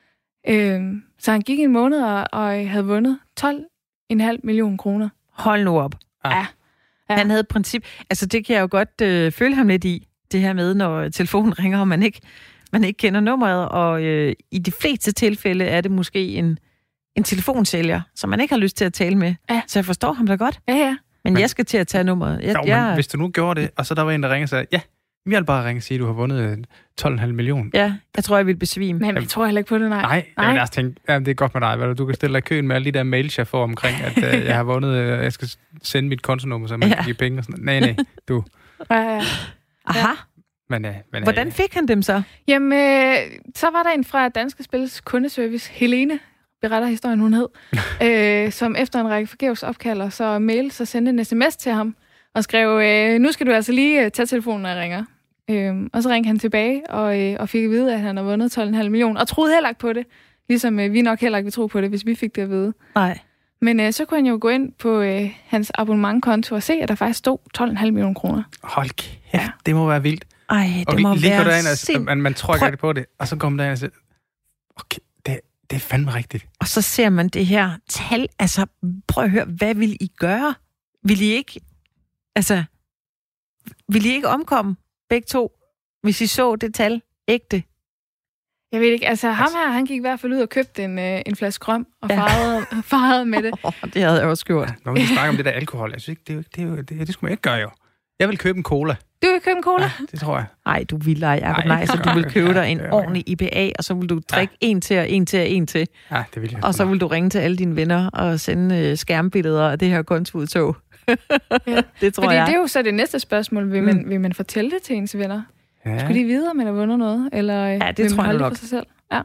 Så han gik en måned og havde vundet 12,5 millioner kroner.
Hold nu op. Ja. Han havde et princip. Altså, det kan jeg jo godt føle ham lidt i. Det her med, når telefonen ringer, og man ikke kender nummeret. Og i de fleste tilfælde er det måske en telefonsælger, som man ikke har lyst til at tale med. Ja. Så jeg forstår ham da godt. Ja. Men jeg skal til at tage nummeret.
Men hvis du nu gjorde det, og så der var en, der ringer og sagde, vi vil bare ringe og sige, at du har vundet 12,5 millioner.
Ja, jeg tror, jeg vil besvime.
Men jeg tror heller ikke på det, nej.
Nej, jeg vil også tænke, det er godt med dig. Du kan stille dig i køen med alle de der mails, jeg får omkring, at jeg har vundet, jeg skal sende mit kontonummer, så man kan give penge og sådan noget. Nej, du.
Ja.
Aha.
Men,
hvordan fik han dem så?
Jamen, så var der en fra Danske Spils kundeservice, Helene, beretter historien, hun hed, som efter en række forgæves opkalder, så mail, så sendte en sms til ham, og skrev, nu skal du altså lige tage telefonen, når jeg ringer. Og så ringte han tilbage og fik at vide, at han har vundet 12,5 millioner, og troede heller ikke på det, ligesom vi nok heller ikke vil tro på det, hvis vi fik det at vide. Nej. Men så kunne han jo gå ind på hans abonnementkonto og se, at der faktisk stod 12,5 millioner kroner.
Hold kæft, det må være vildt.
Ej, det må
være man tror ikke på det, og så kommer der ind og siger, okay, det er fandme rigtigt.
Og så ser man det her tal, altså prøv at høre, hvad vil I gøre? Vil I ikke omkomme begge to, hvis I så det tal ægte?
Jeg ved ikke, ham her, han gik i hvert fald ud og købte en flaske rom og farede med det.
Det havde jeg også gjort.
Når vi snakker om det der alkohol, jeg synes ikke, det skulle man ikke gøre jo. Jeg vil købe en cola.
Du vil købe en cola?
Ja, det tror jeg.
Nej, du vil ej, Jacob. Nej, så du vil købe dig en ordentlig IPA, og så vil du drikke en til. Ja, det vil jeg. Og så vil du ringe til alle dine venner og sende skærmbilleder af det her kontoudtog. Det tror
Fordi
jeg.
det er jo så det næste spørgsmål. Vil man fortælle det til ens venner?
Ja.
Skulle de vide, om man har vundet noget? Eller
det
vil
tror
man
jeg
holde
nok.
det for sig selv? Ja.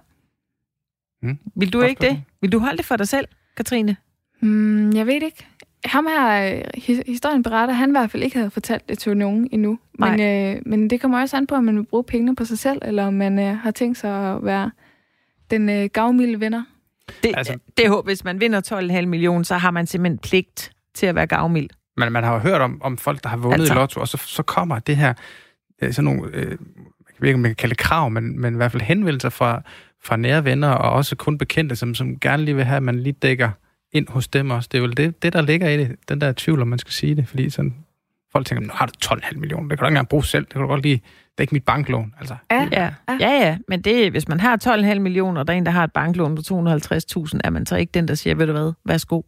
Vil du ikke det? Vil du holde det for dig selv, Katrine?
Jeg ved ikke. Ham her, historien beretter, han i hvert fald ikke havde fortalt det til nogen endnu. Men det kommer også an på, om man vil bruge pengene på sig selv, eller om man har tænkt sig at være den gavmilde vinder.
Det håber, hvis man vinder 12,5 millioner, så har man simpelthen pligt til at være gavmild.
Men man har jo hørt om folk, der har vundet i lotto, og så kommer det her, sådan nogle, jeg ved ikke, om man kan kalde det krav, men i hvert fald henvendelser fra nære venner, og også kun bekendte, som gerne lige vil have, at man lige dækker ind hos dem også. Det er vel det, der ligger i det, den der tvivl, om man skal sige det, fordi sådan, folk tænker, nu har du 12,5 millioner, det kan du ikke engang bruge selv, det kan du godt lige, det er ikke mit banklån, altså.
Ja, men det, hvis man har 12,5 millioner, og der er en, der har et banklån på 250.000, er man så ikke den, der siger, ved du hvad, værsgo.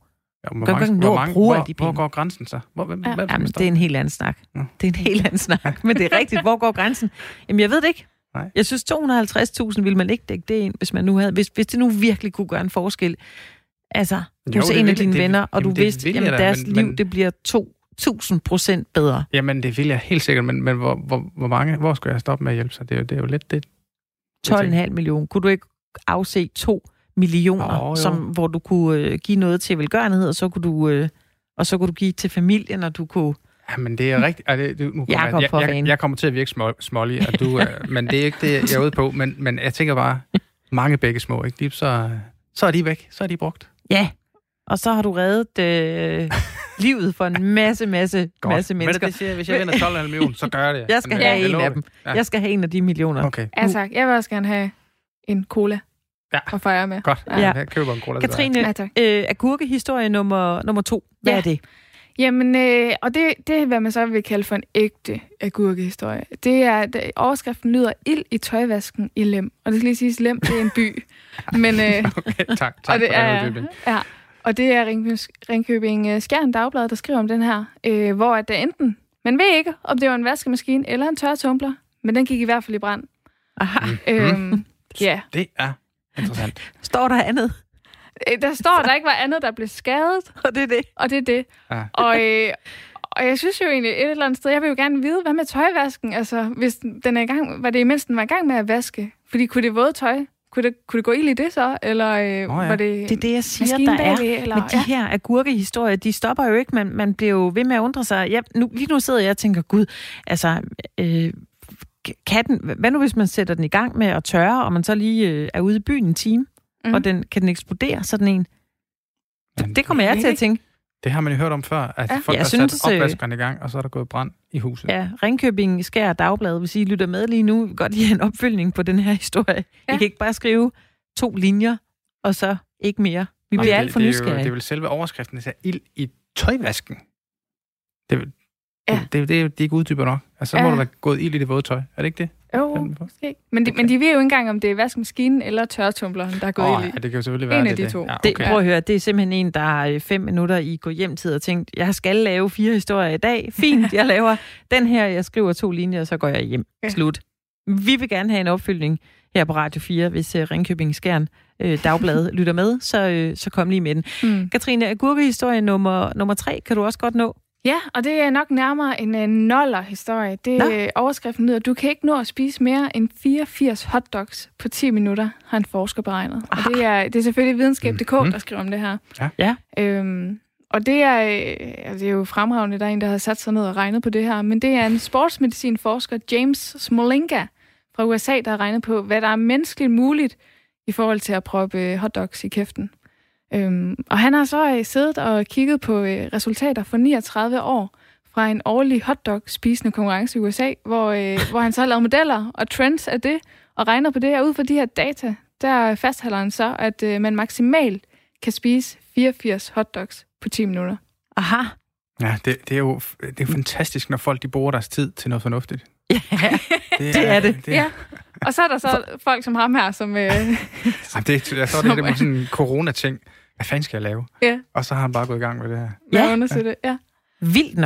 Hvor går grænsen så?
Jamen, det er en helt anden snak. Ja. Det er en helt anden snak, men det er rigtigt. Hvor går grænsen? Jamen, jeg ved det ikke.
Nej.
Jeg synes, 250.000 ville man ikke dække det ind, hvis man nu havde, hvis det nu virkelig kunne gøre en forskel. Altså, du er en af dine venner, og du vidste, at deres liv, det bliver 2.000% bedre.
Jamen, det vil jeg helt sikkert, men hvor skal jeg stoppe med at hjælpe sig? Det er jo lidt det.
12,5 millioner. Kunne du ikke afse 2 millioner, hvor du kunne give noget til velgørenhed, og så kunne du give til familien, og du kunne...
Jamen, det er rigtigt. Jeg kommer til at virke smålig, og du, men det er ikke det, jeg er ude på. Men jeg tænker bare, mange begge små, ikke? Så er de væk. Så er de brugt.
Ja, og så har du reddet livet for en masse mennesker.
Men det siger, hvis jeg vinder 12,5 millioner, så gør jeg det.
Jeg skal have en af dem. Ja. Jeg skal have en af de millioner.
Okay.
Ja, tak. Jeg vil også gerne have en cola. Og fejre med.
Godt. Ja. Jeg køber en cola.
Katrine, agurkehistorie nummer 2. Hvad er det?
Jamen, og det er, hvad man så vil kalde for en ægte agurkehistorie. Det er, overskriften lyder ild i tøjvasken i Lem. Og det skal lige siges, Lem, det er en by. Men,
okay, tak
og det og det er Ringkøbing Skjern Dagblad, der skriver om den her, hvor at enten, man ved ikke, om det var en vaskemaskine eller en tørretumbler, men den gik i hvert fald i brand.
Aha.
Ja.
Det er interessant.
Står der andet?
Der står, der ikke var andet, der blev skadet.
Og det er det.
Ja.
Og jeg synes jo egentlig et eller andet sted, jeg vil jo gerne vide, hvad med tøjvasken? Altså, hvis den er i gang, var det imens den var i gang med at vaske? Fordi kunne det våde tøj? Kunne det gå ild i det så? Eller var det...
Det er det, jeg siger, der er. Eller, men de her agurkehistorier, de stopper jo ikke. Man bliver jo ved med at undre sig. Lige nu sidder jeg og tænker, gud, altså... hvad nu hvis man sætter den i gang med at tørre, og man så lige er ude i byen en time, og kan den eksplodere, sådan en? Det kommer jeg til at tænke.
Det har man jo hørt om før, at folk har sat opvaskeren i gang, og så er der gået brand i huset.
Ja, Ringkøbing Skjern Dagblad, hvis I lytter med lige nu, vil godt give en opfølgning på den her historie. I kan ikke bare skrive 2 linjer, og så ikke mere. Vi bliver alt for nysgerrige.
Det er vel selve overskriften, der siger ild i tøjvasken. Det er ikke uddyber nok. Altså, så må der være gået ild i det våde tøj. Er det ikke det?
Jo, måske. Men de ved jo ikke engang, om det er vaskemaskinen eller tørretumbleren, der er gået ild i.
Ja, det kan jo selvfølgelig være
en af de to.
Ja, okay.
Prøv at høre, det er simpelthen en, der har 5 minutter i gå hjem-tid og tænkt, jeg skal lave 4 historier i dag. Fint, jeg laver den her, jeg skriver 2 linjer, og så går jeg hjem. Slut. Vi vil gerne have en opfølgning her på Radio 4, hvis Ringkøbing Skjern Dagblad lytter med, så kom lige med den. Katrine, agurkehistorie nummer 3, kan du også godt nå?
Ja, og det er nok nærmere en noller-historie. Overskriften lyder, du kan ikke nå at spise mere end 84 hotdogs på 10 minutter, har en forsker beregnet. Og det er selvfølgelig videnskab.dk, der skriver om det her.
Ja.
Og det er jo fremragende, der er en, der har sat sig ned og regnet på det her, men det er en sportsmedicinforsker, James Smolinga fra USA, der har regnet på, hvad der er menneskeligt muligt i forhold til at proppe hotdogs i kæften. Og han har så siddet og kigget på resultater for 39 år fra en årlig hotdog-spisende konkurrence i USA, hvor han så har lavet modeller og trends af det, og regner på det, og ud fra de her data, der fastholder han så, at man maksimalt kan spise 84 hotdogs på 10 minutter.
Aha.
Ja, det er jo fantastisk, når folk de bruger deres tid til noget fornuftigt.
Ja, det er det.
Ja. Og så er der så folk som ham her, som...
jeg tror, det er sådan en corona-ting. Hvad fanden skal jeg lave?
Ja.
Og så har han bare gået i gang med det her.
Ja, undersøge det. Ja.
Vildt nok.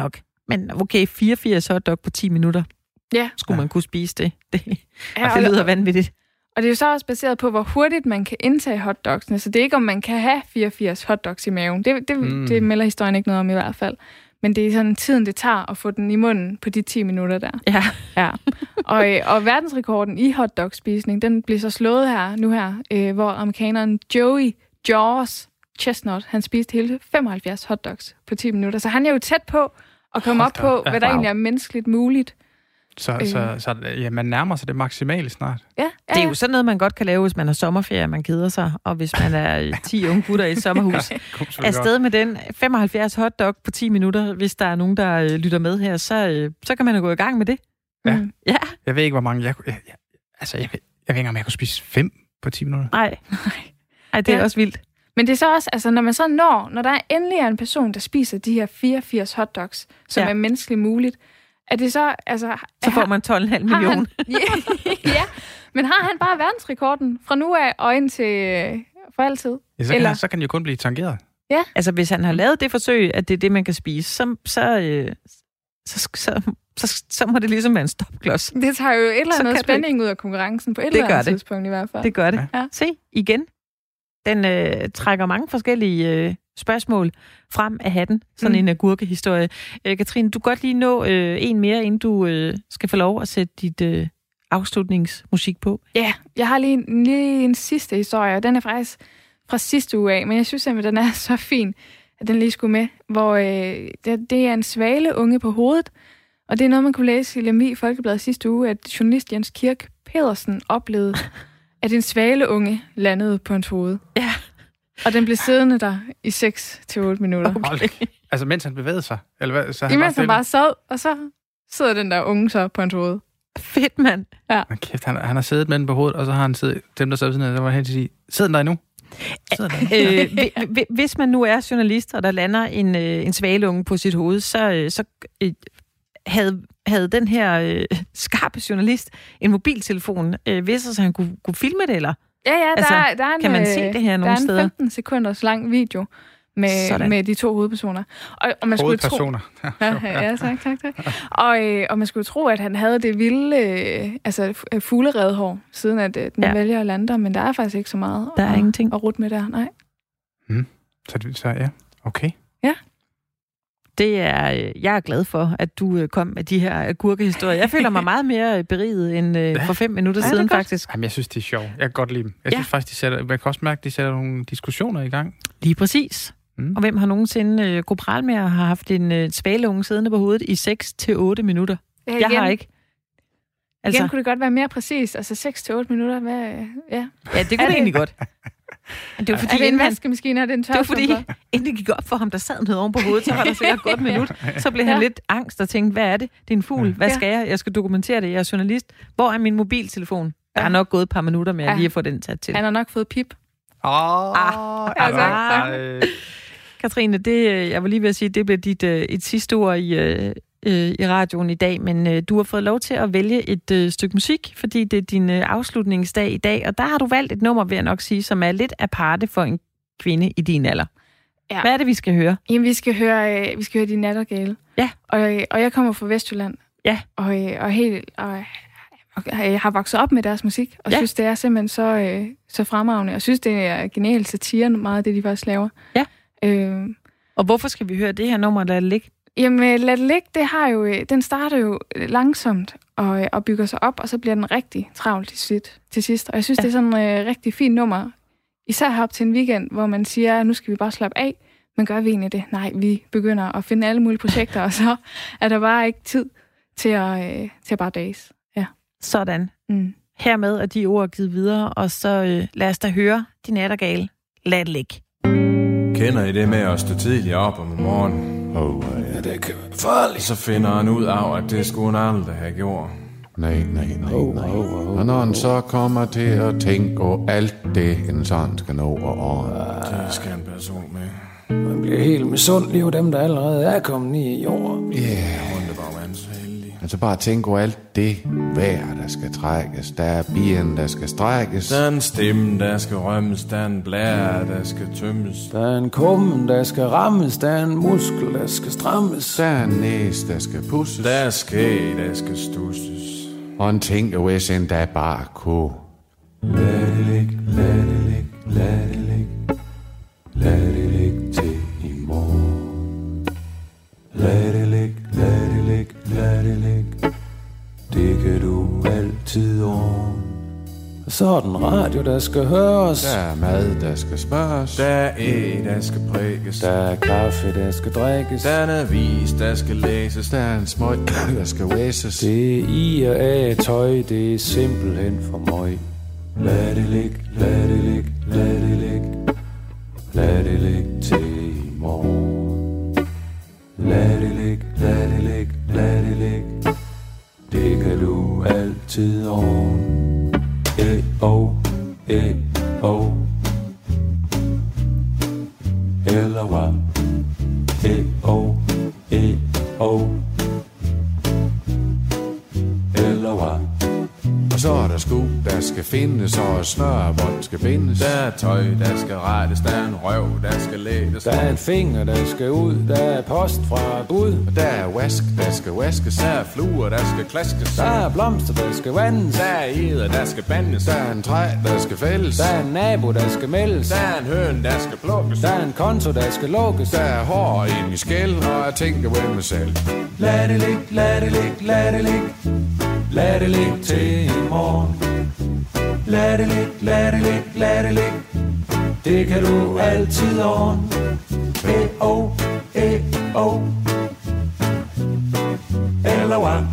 Men okay, 84 hotdog på 10 minutter.
Ja.
Skulle man kunne spise det? Det
Ja,
lyder vanvittigt.
Og det er jo så også baseret på, hvor hurtigt man kan indtage hotdogsene. Så det er ikke, om man kan have 84 hotdogs i maven. Det melder historien ikke noget om i hvert fald. Men det er sådan tiden, det tager at få den i munden på de 10 minutter der. Ja. Og verdensrekorden i hotdogspisning, den bliver så slået her, hvor amerikaneren Joey Jaws Chestnut, han spiste hele 75 hotdogs på 10 minutter. Så han er jo tæt på at komme op på, hvad der egentlig er menneskeligt muligt.
Så man nærmer sig det maksimale snart.
Ja.
Det er jo sådan noget, man godt kan lave, hvis man har sommerferie, man keder sig, og hvis man er 10 unge gutter i et sommerhus. Afsted med den 75 hotdog på 10 minutter, hvis der er nogen, der lytter med her, så kan man jo gå i gang med det.
Ja.
Ja.
Jeg ved ikke, hvor mange... Jeg ved ikke, om jeg kunne spise 5 på 10 minutter.
Nej, det er også vildt.
Men det er så også, altså når der endelig er en person, der spiser de her 84 hotdogs, som er menneskeligt muligt, er det så, altså...
Så får man 12,5 millioner.
Ja, men har han bare verdensrekorden fra nu af og ind til for altid?
Ja, så kan han jo kun blive tangeret.
Ja.
Altså, hvis han har lavet det forsøg, at det er det, man kan spise, så må det ligesom være en stopklods.
Det tager jo et eller andet spænding ud af konkurrencen på et eller andet tidspunkt i hvert fald.
Det gør det. Ja. Se, igen. Den trækker mange forskellige spørgsmål frem af hatten. Sådan en agurkehistorie. Katrine, du kan godt lige nå en mere, inden du skal få lov at sætte dit afslutningsmusik på. Ja, jeg har lige en sidste historie, og den er faktisk fra sidste uge af, men jeg synes simpelthen, den er så fin, at den lige skulle med, hvor det er en svaleunge på hovedet, og det er noget, man kunne læse i Lemvig Folkeblad sidste uge, at journalist Jens Kirk Pedersen oplevede, at en svaleunge landede på hans hoved. Ja. Og den blev siddende der i 6-8 minutter.
Okay. Altså, mens han bevægede sig? Eller hvad? Så
imens han bare sad, og så sidder den der unge så på hans hoved.
Fedt, mand. Ja.
Men kæft, han har siddet med den på hovedet, og så har han siddet, dem der sad ved siden af, der var helt til at sige, sidder den der endnu?
Hvis man nu er journalist, og der lander en svaleunge på sit hoved, så havde den her skarpe journalist en mobiltelefon, så han kunne filme det, eller? Ja, altså, der er en, kan man se det her nogle steder? Der er en 15 sekunders lang video med de to hovedpersoner. Og man skulle tro... Ja, tak. Og man skulle tro, at han havde det vilde fugleredhår, siden at den vælger at lande der, men der er faktisk ikke så meget der er ingenting
at rute med der, nej.
Så ja, okay.
Ja.
Jeg er glad for, at du kom med de her agurkehistorier. Jeg føler mig meget mere beriget end for 5 minutter siden, faktisk.
Jamen, jeg synes, det er sjovt. Jeg kan godt lide dem. Jeg synes faktisk, man kan også mærke, at de sætter nogle diskussioner i gang.
Lige præcis. Og hvem har nogensinde kunne prale med at have haft en svaleunge siddende på hovedet i 6-8 minutter? Jeg har ikke.
Altså, igen kunne det godt være mere præcis. Altså 6-8 minutter. Ja,
det kunne det egentlig godt. Det var fordi,
er det en vaskemaskine, er det en tørretumbler?
Det var fordi, inden det gik op for ham, der sad noget oven på hovedet, så var der sikkert godt minut. Så blev han lidt angst og tænkte, hvad er det? Det er en fugl. Hvad skal jeg? Jeg skal dokumentere det. Jeg er journalist. Hvor er min mobiltelefon? Der er nok gået et par minutter med at lige at få den taget til.
Han har nok fået pip.
Katrine, jeg var lige ved at sige, det blev dit et sidste ord i radioen i dag, men du har fået lov til at vælge et stykke musik, fordi det er din afslutningsdag i dag, og der har du valgt et nummer, vil jeg nok sige, som er lidt aparte for en kvinde i din alder. Ja. Hvad er det, vi skal høre? Jamen, vi skal høre De Nattergale. Ja. Og jeg kommer fra Vestjylland. Ja. Og jeg har vokset op med deres musik, og synes, det er simpelthen så fremragende. Jeg synes, det er genialt satire, meget af det, de faktisk laver. Ja. Og hvorfor skal vi høre det her nummer, Lad det ligge? Jamen, Lad det ligge, den starter jo langsomt og bygger sig op, og så bliver den rigtig travlt til sidst. Og jeg synes, det er sådan et rigtig fint nummer. Især her op til en weekend, hvor man siger, nu skal vi bare slappe af. Men gør vi egentlig det? Nej, vi begynder at finde alle mulige projekter, og så er der bare ikke tid til at bare days. Ja. Sådan. Hermed er de ord givet videre, og så lad os da høre De Nattergale. Lad det ligge.
Kender I det med at stå tidligt op om morgenen? Ja, det kan være farligt. Så finder han ud af, at det skulle han aldrig have gjort. Nej. Og når han så kommer til at tænke over alt det, en sådan skal nå at ordne. Det skal en person med. Man bliver helt misundelig af dem, der allerede er kommet ned i jorden. Ja. Yeah. Rundt bare være så heldig. Altså bare tænk over alt det vejr, der skal trækkes. Der er bien, der skal strækkes.
Der er en stemme, der skal rømmes. Der er en blære, der skal tømmes.
Der er en kummen, der skal rammes. Der er en muskel, der skal strammes.
Der er en næse, der skal pusses.
Der er skæg, der skal stusses.
Og en ting, hvis endda bare kunne.
Lad det ligge, lad det ligge, lad det ligge. Lad det ligge til i morgen. Lad det ligge, lad det ligge, lad det ligge. Det kan du altid ordne. Og så er den radio, der skal høres.
Der er mad, der skal spørges.
Der er æg, der skal prikkes.
Der er kaffe, der skal drikkes.
Der er en avis, der skal læses.
Der er en smøg, der skal væses.
Det er i og af tøj, det er simpelthen for møg. Lad det ligge, lad det ligge, lad det ligge. Lad det ligge til i morgen. Lad det ligge, lad det ligge, lad det ligge. Det kan du altid ordne. Eller hvad? Eller hvad?
Og så er der sko, der skal findes, og snørebånd skal bindes.
Der er tøj, der skal rettes. Der er en røv, der skal lægges.
Der er en finger, der skal ud. Der er post fra Gud.
Og der er vask, der skal vaskes.
Der er fluer, der skal klaskes.
Der er blomster, der skal vandes.
Der er eder, der skal bandes.
Der er en træ, der skal fældes.
Der er en nabo, der skal meldes.
Der er en høn, der skal plukkes.
Der er en konto, der skal lukkes.
Der er hår ind i skæld, og jeg tænker ved mig selv.
Lad det ligge, lad det ligge, lad det ligge. Lad det ligge til i morgen. Lad det ligge, lad det ligge, lad det ligge. Det kan du altid ordne. Eller hvad?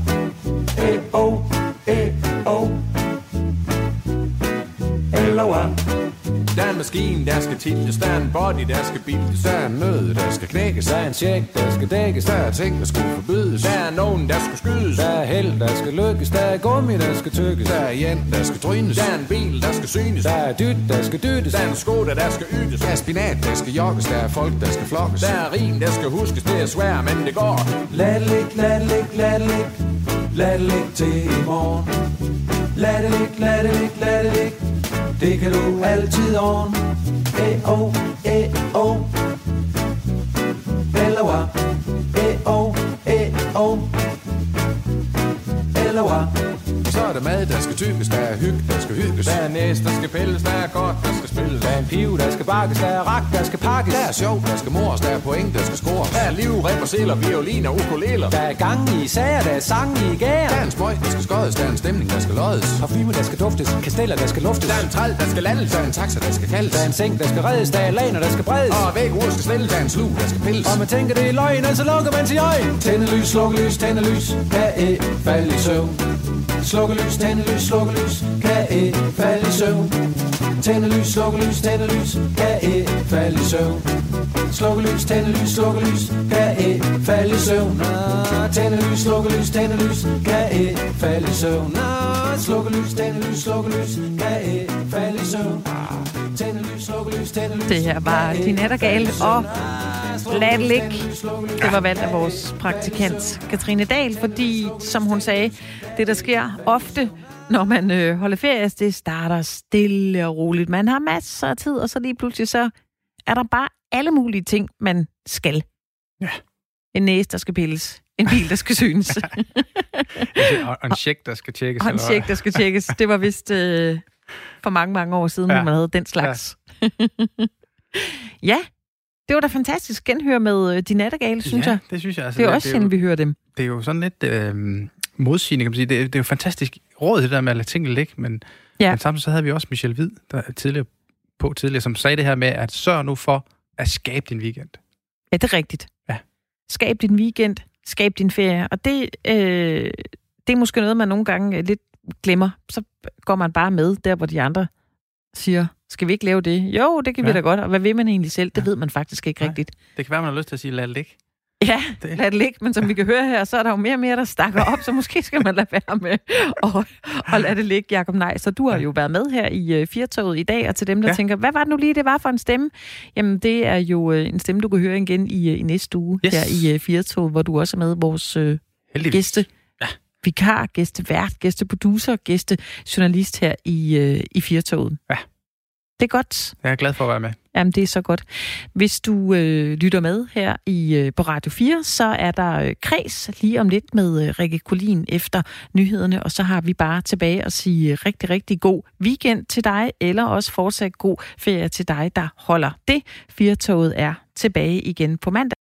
Eller hvad?
Der er en maskine, der skal tiltes. Der er en body, der skal bildes.
Der er en nød, der skal knækkes.
Der er en check, der skal dækkes.
Der er ting, der skal forbydes.
Der er nogen, der skal skydes.
Der er held, der skal lykkes. Der er gummi, der skal tykkes.
Der er jen, der skal trynes.
Der er en bil, der skal synes.
Der er dyt, der skal dyttes.
Der er en skoda, der skal ydes.
Der er spinat, der skal jogges. Der er folk, der skal flokkes.
Der er rim, der skal huskes. Det er svært, men det går.
Lad det ligge, lad det ligge, lad det ligge. Lad det ligge til i morgen. Lad det ligge, lad det ligge, lad det ligge. Det kan du altid ordne. Eller hvad? Eller hvad?
Så er der mad, der skal tykkes. Der er hygge, der skal hygges.
Der er næs, der skal pilles. Der er godt, der skal spilles.
Der er en pive, der skal bakkes. Der er rak, der skal pakkes.
Der er sjov, der skal mors. Der er point, der skal scores.
Der er liv, reperseler, violin og ukuleler.
Der er gang i sager, der er sang i gær.
Der er en smøg, der skal skøjes. Der er en stemning, der skal loddes.
Parfume, der skal duftes. Kasteller, der skal luftes.
Der er en træl, der skal landes.
Der er en taxa, der skal kaldes.
Der er en seng, der skal reddes. Der er laner, der skal bredes.
Og væk ord skal stilles.
Der er en slug, der skal pilles.
Og man tænker, det er løgn, og så lukker man til øjen. Tænde lys, slukke lys, tænde lys. Kan falde i søvn. Slukke lys, tænde lys, slukke lys. Kan falde i søvn. Tænde lys, slukke lys, tænde lys. Kan falde i søvn. Slukke lys, tænde lys, slukke lys. Kan falde i søvn. Tænde lys, slukke lys, tænde lys. Kan falde i søvn. Slukke lys, tænde lys, slukke lys. Kan falde i søvn. Tænde lys, slukke lys, tænde lys.
Det her var De Nattergale og Lad det ligge. Det var valgt af vores praktikant Katrine Dahl, fordi, som hun sagde, det der sker ofte, når man holder ferie, det starter stille og roligt. Man har masser af tid, og så lige pludselig så er der bare alle mulige ting, man skal.
Ja.
En næse, der skal pilles. En bil, der skal synes.
Og en check, der skal tjekkes.
Og en check, der skal tjekkes. Det var vist for mange, mange år siden, når man havde den slags. Ja, det var da fantastisk genhøre med De Nattergale, synes jeg.
Det synes jeg. Altså,
det er også sjældent, vi hører dem.
Det er jo sådan lidt modsigende, kan man sige. Det er jo fantastisk råd, det der med at lade tingene ligge, men samtidig så havde vi også Michelle Hvid, der tidligere, som sagde det her med, at sørg nu for at skabe din weekend.
Ja, det er rigtigt.
Ja.
Skab din weekend, skab din ferie, og det er måske noget, man nogle gange lidt glemmer. Så går man bare med der, hvor de andre siger, skal vi ikke lave det? Jo, det kan vi da godt, og hvad vil man egentlig selv? Det ved man faktisk ikke rigtigt. Det
kan være, man har lyst til at sige, lad det ligge.
Ja, lad det ligge, men som vi kan høre her, så er der jo mere og mere, der stakker op, så måske skal man lade være med og lade det ligge, Jacob. Nej, så du har jo været med her i Firtoget i dag, og til dem, der tænker, hvad var det nu lige, det var for en stemme? Jamen, det er jo en stemme, du kan høre igen i næste uge her i Firtoget, hvor du også er med vores gæste. vikar, gæstevært, gæsteproducer, gæstejournalist her i Firtoget.
Ja.
Det er godt.
Jeg er glad for at være med.
Jamen, det er så godt. Hvis du lytter med her på Radio 4, så er der kreds lige om lidt med Rikke Collin efter nyhederne, og så har vi bare tilbage at sige rigtig, rigtig god weekend til dig, eller også fortsat god ferie til dig, der holder det. Firtoget er tilbage igen på mandag.